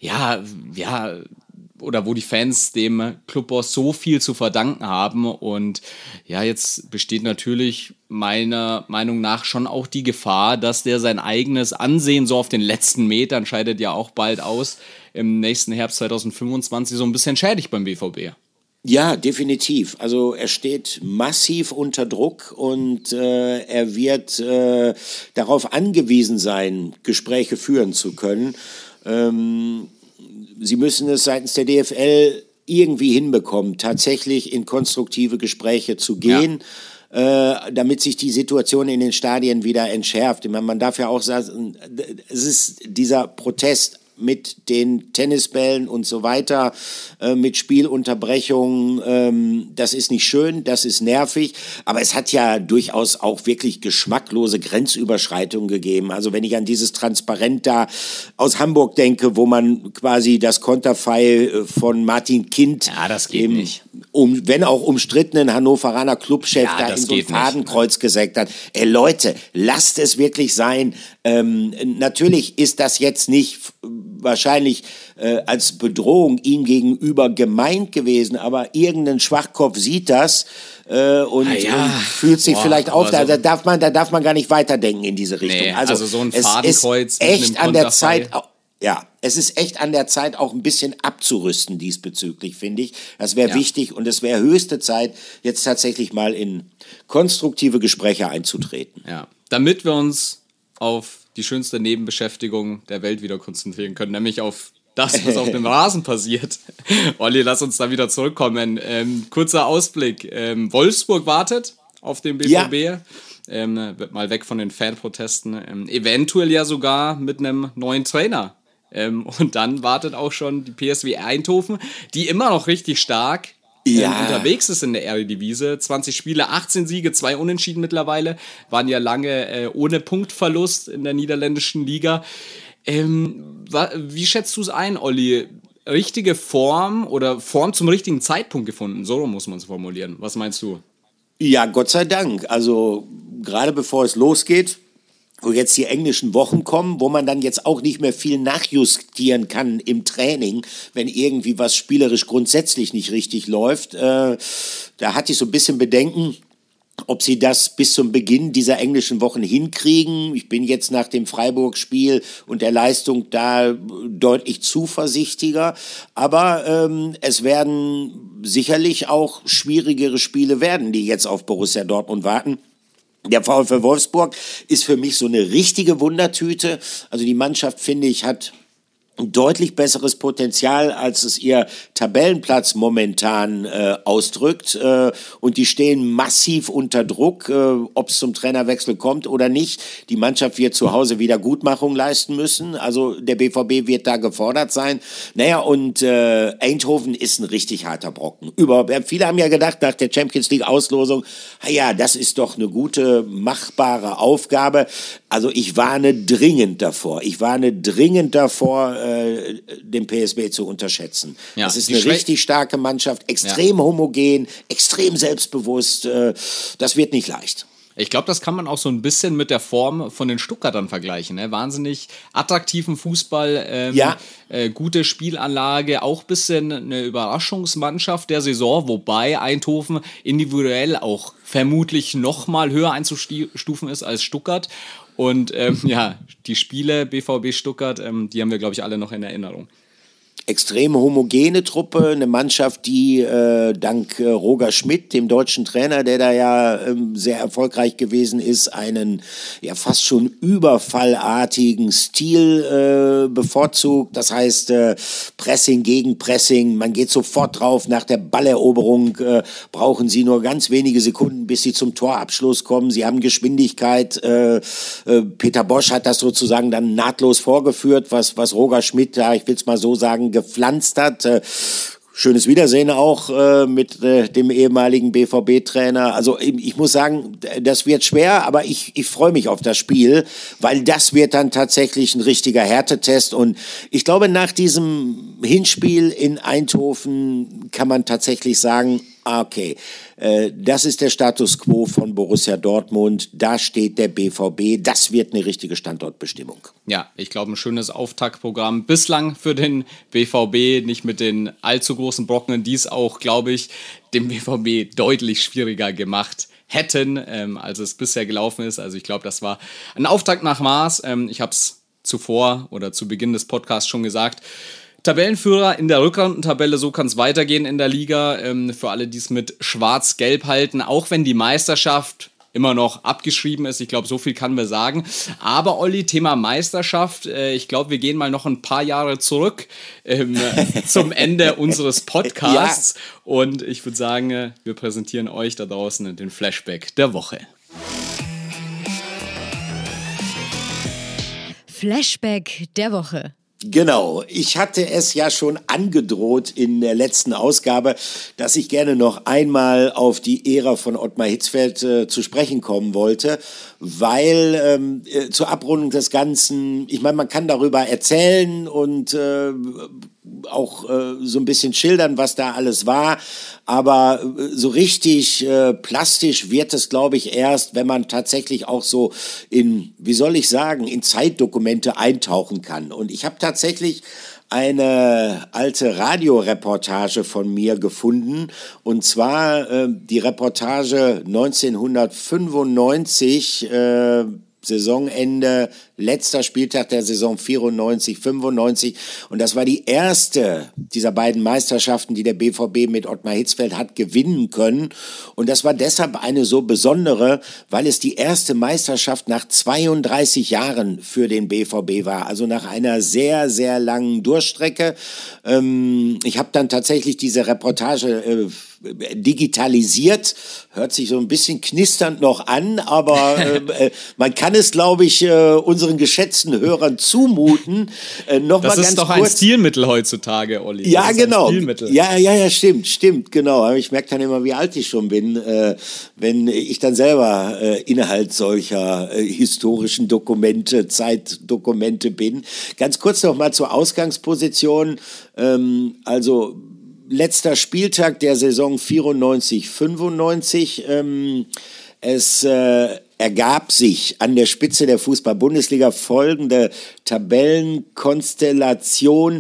oder wo die Fans dem Clubboss so viel zu verdanken haben. Und ja, jetzt besteht natürlich meiner Meinung nach schon auch die Gefahr, dass der sein eigenes Ansehen so auf den letzten Metern, scheidet ja auch bald aus, im nächsten Herbst 2025 so ein bisschen schädigt beim BVB. Ja, definitiv. Also er steht massiv unter Druck und er wird darauf angewiesen sein, Gespräche führen zu können. Sie müssen es seitens der DFL irgendwie hinbekommen, tatsächlich in konstruktive Gespräche zu gehen, damit sich die Situation in den Stadien wieder entschärft. Ich meine, man darf ja auch sagen, es ist dieser Protest mit den Tennisbällen und so weiter, mit Spielunterbrechungen, das ist nicht schön, das ist nervig, aber es hat ja durchaus auch wirklich geschmacklose Grenzüberschreitungen gegeben. Also wenn ich an dieses Transparent da aus Hamburg denke, wo man quasi das Konterfei von Martin Kind das geht nicht. wenn auch umstrittenen Hannoveraner Clubchef da in so ein Fadenkreuz gesägt hat. Leute, lasst es wirklich sein. Natürlich ist das jetzt nicht wahrscheinlich als Bedrohung ihm gegenüber gemeint gewesen, aber irgendein Schwachkopf sieht das und fühlt sich vielleicht auf. Da darf man gar nicht weiterdenken in diese Richtung. Nee, also so ein Fadenkreuz. Es ist echt an der Zeit. Ja, es ist echt an der Zeit, auch ein bisschen abzurüsten diesbezüglich, finde ich. Das wäre wichtig und es wäre höchste Zeit, jetzt tatsächlich mal in konstruktive Gespräche einzutreten. Ja, damit wir uns auf die schönste Nebenbeschäftigung der Welt wieder konzentrieren können, nämlich auf das, was auf dem Rasen passiert. Olli, lass uns da wieder zurückkommen. Kurzer Ausblick. Wolfsburg wartet auf den BVB. Ja. Wird mal weg von den Fanprotesten. Eventuell ja sogar mit einem neuen Trainer. Und dann wartet auch schon die PSV Eindhoven, die immer noch richtig stark unterwegs ist in der Eredivisie. 20 Spiele, 18 Siege, 2 Unentschieden mittlerweile. Waren ja lange ohne Punktverlust in der niederländischen Liga. Wie schätzt du es ein, Olli? Richtige Form oder Form zum richtigen Zeitpunkt gefunden? So muss man es formulieren. Was meinst du? Ja, Gott sei Dank. Also gerade bevor es losgeht, wo jetzt die englischen Wochen kommen, wo man dann jetzt auch nicht mehr viel nachjustieren kann im Training, wenn irgendwie was spielerisch grundsätzlich nicht richtig läuft. Da hatte ich so ein bisschen Bedenken, ob sie das bis zum Beginn dieser englischen Wochen hinkriegen. Ich bin jetzt nach dem Freiburg-Spiel und der Leistung da deutlich zuversichtlicher. Aber es werden sicherlich auch schwierigere Spiele werden, die jetzt auf Borussia Dortmund warten. Der VfL Wolfsburg ist für mich so eine richtige Wundertüte. Also die Mannschaft, finde ich, hat ein deutlich besseres Potenzial, als es ihr Tabellenplatz momentan ausdrückt. Und die stehen massiv unter Druck, ob es zum Trainerwechsel kommt oder nicht. Die Mannschaft wird zu Hause Wiedergutmachung leisten müssen. Also der BVB wird da gefordert sein. Naja, und Eindhoven ist ein richtig harter Brocken. Viele haben ja gedacht, nach der Champions League Auslosung, ja, das ist doch eine gute, machbare Aufgabe. Also ich warne dringend davor. Den PSV zu unterschätzen. Ja, das ist eine richtig starke Mannschaft, extrem homogen, extrem selbstbewusst. Das wird nicht leicht. Ich glaube, das kann man auch so ein bisschen mit der Form von den Stuttgartern vergleichen. Ne? Wahnsinnig attraktiven Fußball, gute Spielanlage, auch ein bisschen eine Überraschungsmannschaft der Saison, wobei Eindhoven individuell auch vermutlich noch mal höher einzustufen ist als Stuttgart. Und die Spiele BVB Stuttgart, die haben wir, glaube ich, alle noch in Erinnerung. Extrem homogene Truppe, eine Mannschaft, die dank Roger Schmidt, dem deutschen Trainer, der da ja sehr erfolgreich gewesen ist, einen ja fast schon überfallartigen Stil bevorzugt. Das heißt Pressing gegen Pressing, man geht sofort drauf. Nach der Balleroberung brauchen sie nur ganz wenige Sekunden, bis sie zum Torabschluss kommen. Sie haben Geschwindigkeit. Peter Bosch hat das sozusagen dann nahtlos vorgeführt, was Roger Schmidt da, ich will es mal so sagen, gepflanzt hat. Schönes Wiedersehen auch mit dem ehemaligen BVB-Trainer. Also ich muss sagen, das wird schwer, aber ich freue mich auf das Spiel, weil das wird dann tatsächlich ein richtiger Härtetest. Und ich glaube, nach diesem Hinspiel in Eindhoven kann man tatsächlich sagen, okay, das ist der Status quo von Borussia Dortmund, da steht der BVB, das wird eine richtige Standortbestimmung. Ja, ich glaube, ein schönes Auftaktprogramm bislang für den BVB, nicht mit den allzu großen Brocken, die es auch, glaube ich, dem BVB deutlich schwieriger gemacht hätten, als es bisher gelaufen ist. Also ich glaube, das war ein Auftakt nach Maß. Ich habe es zuvor oder zu Beginn des Podcasts schon gesagt, Tabellenführer in der Rückrundentabelle, so kann es weitergehen in der Liga. Für alle, die es mit Schwarz-Gelb halten, auch wenn die Meisterschaft immer noch abgeschrieben ist. Ich glaube, so viel kann man sagen. Aber Olli, Thema Meisterschaft, ich glaube, wir gehen mal noch ein paar Jahre zurück zum Ende unseres Podcasts. Ja. Und ich würde sagen, wir präsentieren euch da draußen den Flashback der Woche. Flashback der Woche. Genau, ich hatte es ja schon angedroht in der letzten Ausgabe, dass ich gerne noch einmal auf die Ära von Ottmar Hitzfeld zu sprechen kommen wollte, weil zur Abrundung des Ganzen, ich meine, man kann darüber erzählen und auch so ein bisschen schildern, was da alles war. Aber so richtig plastisch wird es, glaube ich, erst, wenn man tatsächlich auch so in, wie soll ich sagen, in Zeitdokumente eintauchen kann. Und ich habe tatsächlich eine alte Radioreportage von mir gefunden, und zwar die Reportage 1995, Saisonende, letzter Spieltag der Saison 94, 95. Und das war die erste dieser beiden Meisterschaften, die der BVB mit Ottmar Hitzfeld hat gewinnen können. Und das war deshalb eine so besondere, weil es die erste Meisterschaft nach 32 Jahren für den BVB war. Also nach einer sehr, sehr langen Durchstrecke. Ich habe dann tatsächlich diese Reportage digitalisiert. Hört sich so ein bisschen knisternd noch an, aber man kann es, glaube ich, unseren geschätzten Hörern zumuten. Das ist doch ein Stilmittel heutzutage, Olli. Ja, genau. Ja, stimmt, genau. Aber ich merke dann immer, wie alt ich schon bin, wenn ich dann selber Inhalt solcher historischen Dokumente, Zeitdokumente bin. Ganz kurz noch mal zur Ausgangsposition. Also letzter Spieltag der Saison 94/95. Es ergab sich an der Spitze der Fußball-Bundesliga folgende Tabellenkonstellation.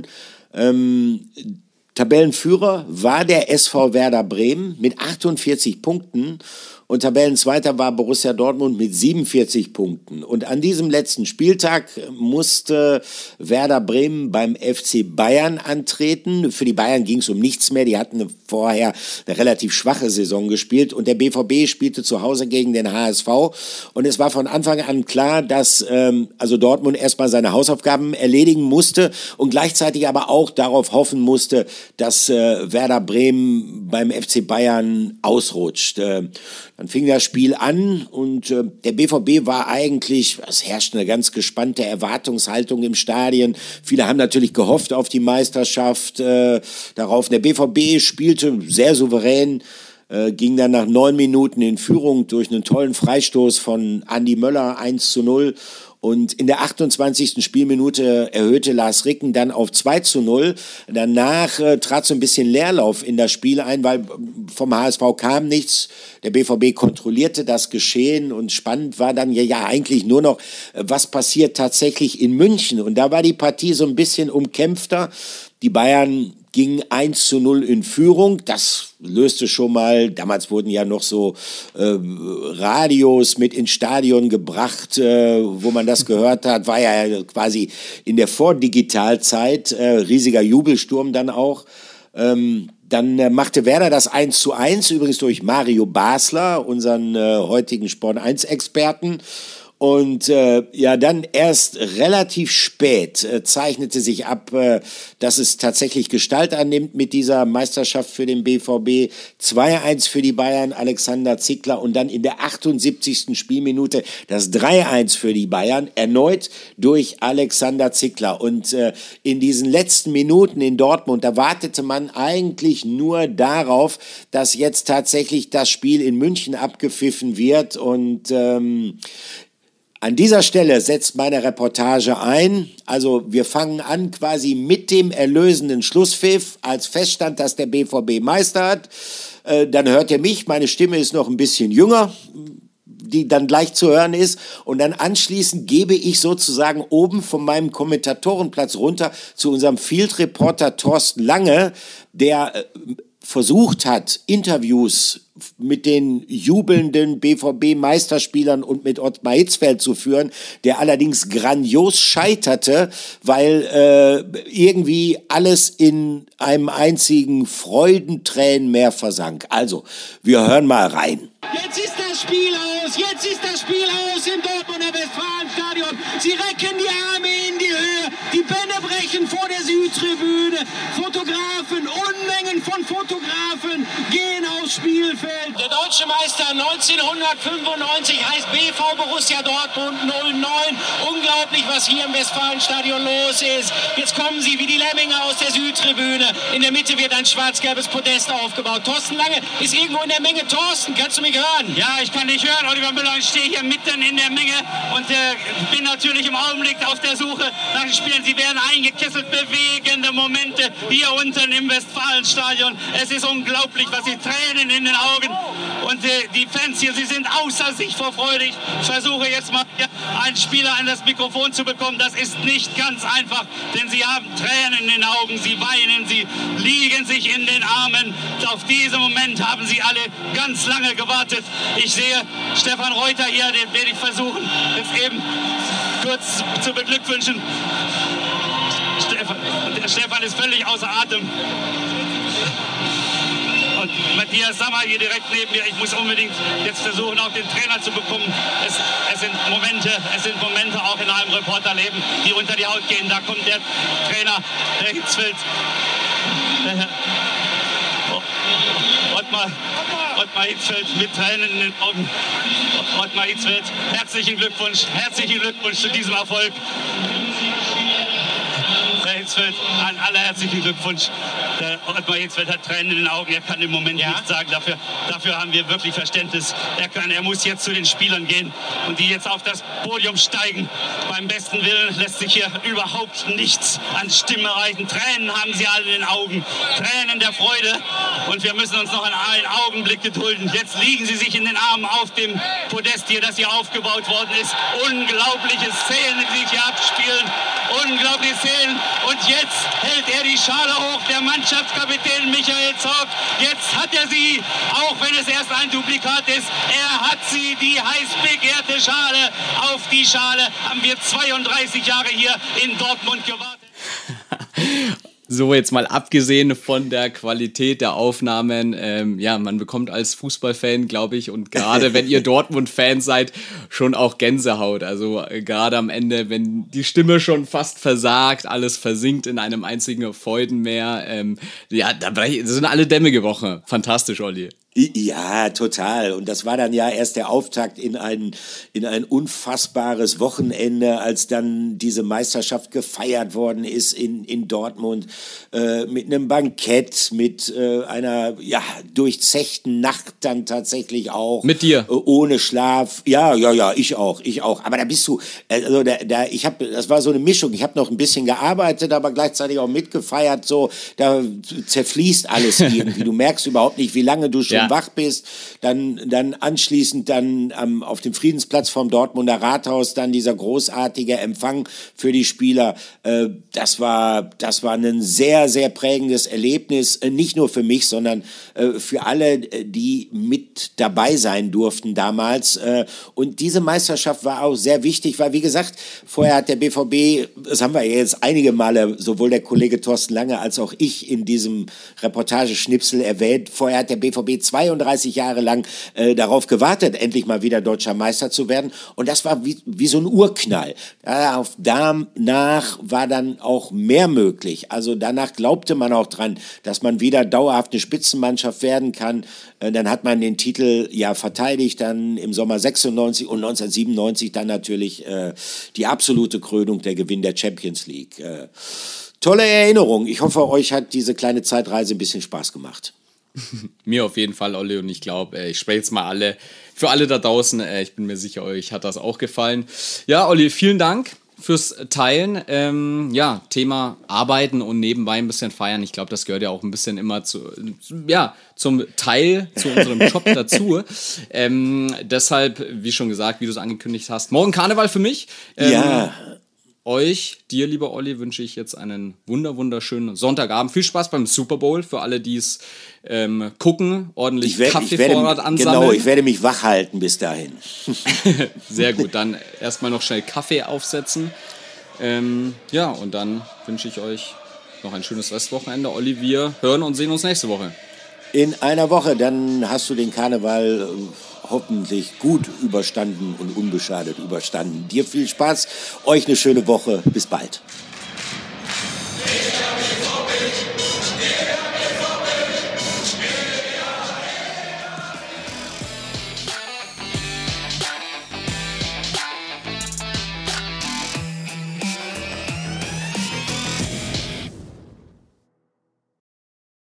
Tabellenführer war der SV Werder Bremen mit 48 Punkten. Und Tabellenzweiter war Borussia Dortmund mit 47 Punkten. Und an diesem letzten Spieltag musste Werder Bremen beim FC Bayern antreten. Für die Bayern ging es um nichts mehr. Die hatten vorher eine relativ schwache Saison gespielt. Und der BVB spielte zu Hause gegen den HSV. Und es war von Anfang an klar, dass also Dortmund erstmal seine Hausaufgaben erledigen musste und gleichzeitig aber auch darauf hoffen musste, dass Werder Bremen beim FC Bayern ausrutscht. Dann fing das Spiel an und der BVB war eigentlich, es herrschte eine ganz gespannte Erwartungshaltung im Stadion. Viele haben natürlich gehofft auf die Meisterschaft, darauf. Der BVB spielte sehr souverän, ging dann nach 9 Minuten in Führung durch einen tollen Freistoß von Andi Möller 1:0. Und in der 28. Spielminute erhöhte Lars Ricken dann auf 2:0. Danach trat so ein bisschen Leerlauf in das Spiel ein, weil vom HSV kam nichts. Der BVB kontrollierte das Geschehen und spannend war dann ja eigentlich nur noch, was passiert tatsächlich in München. Und da war die Partie so ein bisschen umkämpfter. Die Bayern ging 1:0 in Führung. Das löste schon mal, damals wurden ja noch so Radios mit ins Stadion gebracht, wo man das gehört hat, war ja quasi in der Vordigitalzeit, riesiger Jubelsturm dann auch. Dann machte Werder das 1:1, übrigens durch Mario Basler, unseren heutigen Sport1-Experten. Und dann erst relativ spät zeichnete sich ab, dass es tatsächlich Gestalt annimmt mit dieser Meisterschaft für den BVB. 2:1 für die Bayern, Alexander Zickler, und dann in der 78. Spielminute das 3:1 für die Bayern, erneut durch Alexander Zickler. Und in diesen letzten Minuten in Dortmund, da wartete man eigentlich nur darauf, dass jetzt tatsächlich das Spiel in München abgepfiffen wird. Und an dieser Stelle setzt meine Reportage ein. Also wir fangen an quasi mit dem erlösenden Schlusspfiff, als feststand, dass der BVB Meister hat. Dann hört ihr mich, meine Stimme ist noch ein bisschen jünger, die dann gleich zu hören ist. Und dann anschließend gebe ich sozusagen oben von meinem Kommentatorenplatz runter zu unserem Field-Reporter Thorsten Lange, der versucht hat, Interviews mit den jubelnden BVB-Meisterspielern und mit Ottmar Hitzfeld zu führen, der allerdings grandios scheiterte, weil irgendwie alles in einem einzigen Freudentränenmeer versank. Also, wir hören mal rein. Jetzt ist das Spiel aus im Dortmunder Westfalenstadion. Sie recken die Arme in die Höhe, die Bänder brechen vor der Südtribüne. Fotografen, Unmengen von Fotografen gehen aufs Spielfeld. Der deutsche Meister 1995 heißt BV Borussia Dortmund 09. Unglaublich, was hier im Westfalenstadion los ist. Jetzt kommen sie wie die Lemminge aus der Südtribüne. In der Mitte wird ein schwarz-gelbes Podest aufgebaut. Thorsten Lange ist irgendwo in der Menge. Thorsten, kannst du mich hören? Ja, ich kann dich hören, Oliver Müller. Ich stehe hier mitten in der Menge und bin natürlich im Augenblick auf der Suche nach den Spielern. Sie werden eingekesselt, bewegende Momente hier unten im Westfalenstadion. Es ist unglaublich, was sie Tränen in den Augen. Und die Fans hier, sie sind außer sich vor Freude. Ich versuche jetzt mal einen Spieler an das Mikrofon zu bekommen. Das ist nicht ganz einfach, denn sie haben Tränen in den Augen, sie weinen, sie liegen sich in den Armen. Auf diesen Moment haben sie alle ganz lange gewartet. Ich sehe Stefan Reuter hier, den werde ich versuchen, jetzt eben kurz zu beglückwünschen. Stefan ist völlig außer Atem. Und Matthias Sammer hier direkt neben mir. Ich muss unbedingt jetzt versuchen, auch den Trainer zu bekommen. Es sind Momente auch in einem Reporterleben, die unter die Haut gehen. Da kommt der Trainer, der Hitzfeld. Ottmar Hitzfeld mit Tränen in den Augen. Ottmar Hitzfeld, herzlichen Glückwunsch zu diesem Erfolg. Herr Hitzfeld, an alle herzlichen Glückwunsch. Der Ottmar Hitzfeld hat Tränen in den Augen, er kann im Moment nichts sagen. Dafür haben wir wirklich Verständnis. Er muss jetzt zu den Spielern gehen und die jetzt auf das Podium steigen. Beim besten Willen lässt sich hier überhaupt nichts an Stimme reichen. Tränen haben sie alle in den Augen. Tränen der Freude. Und wir müssen uns noch einen Augenblick gedulden. Jetzt liegen sie sich in den Armen auf dem Podest hier, das hier aufgebaut worden ist. Unglaubliche Szenen, die sich hier abspielen. Unglaubliche Szenen. Und jetzt hält er die Schale hoch, der Mannschaftskapitän Michael Zorc. Jetzt hat er sie, auch wenn es erst ein Duplikat ist. Er hat sie, die heiß begehrte Schale. Auf die Schale haben wir 32 Jahre hier in Dortmund gewartet. So, jetzt mal abgesehen von der Qualität der Aufnahmen, ja, man bekommt als Fußballfan, glaube ich, und gerade wenn ihr Dortmund-Fans seid, schon auch Gänsehaut. Also gerade am Ende, wenn die Stimme schon fast versagt, alles versinkt in einem einzigen Freudenmeer, ja, da sind alle Dämme gebrochen. Fantastisch, Olli. Ja, total. Und das war dann ja erst der Auftakt in ein unfassbares Wochenende, als dann diese Meisterschaft gefeiert worden ist in Dortmund, mit einem Bankett, mit einer durchzechten Nacht dann tatsächlich auch. Mit dir? Ohne Schlaf. Ja, ich auch. Aber da bist du, also das war so eine Mischung. Ich habe noch ein bisschen gearbeitet, aber gleichzeitig auch mitgefeiert. So, da zerfließt alles irgendwie. Du merkst überhaupt nicht, wie lange du schon wach bist, dann anschließend dann auf dem Friedensplatz vom Dortmunder Rathaus dann dieser großartige Empfang für die Spieler. Das war ein sehr, sehr prägendes Erlebnis, nicht nur für mich, sondern für alle, die mit dabei sein durften damals. Und diese Meisterschaft war auch sehr wichtig, weil, wie gesagt, vorher hat der BVB, das haben wir jetzt einige Male, sowohl der Kollege Thorsten Lange als auch ich in diesem Reportageschnipsel erwähnt, vorher hat der BVB 32 Jahre lang darauf gewartet, endlich mal wieder deutscher Meister zu werden. Und das war wie so ein Urknall. Danach war dann auch mehr möglich. Also danach glaubte man auch dran, dass man wieder dauerhaft eine Spitzenmannschaft werden kann. Dann hat man den Titel verteidigt, dann im Sommer 96 und 1997 dann natürlich die absolute Krönung, der Gewinn der Champions League. Tolle Erinnerung. Ich hoffe, euch hat diese kleine Zeitreise ein bisschen Spaß gemacht. Mir auf jeden Fall, Olli, und ich glaube, ich spreche jetzt mal für alle da draußen, ich bin mir sicher, euch hat das auch gefallen. Ja, Olli, vielen Dank fürs Teilen. Thema Arbeiten und nebenbei ein bisschen feiern. Ich glaube, das gehört ja auch ein bisschen immer zum Teil, zu unserem Job dazu. Deshalb, wie schon gesagt, wie du es angekündigt hast, morgen Karneval für mich. Dir, lieber Olli, wünsche ich jetzt einen wunderschönen Sonntagabend. Viel Spaß beim Super Bowl für alle, die es gucken. Ordentlich Kaffeevorrat ansammeln. Genau, ich werde mich wach halten bis dahin. Sehr gut, dann erstmal noch schnell Kaffee aufsetzen. Und dann wünsche ich euch noch ein schönes Restwochenende. Olli, wir hören und sehen uns nächste Woche. In einer Woche, dann hast du den Karneval hoffentlich gut überstanden und unbeschadet überstanden. Dir viel Spaß, euch eine schöne Woche. Bis bald.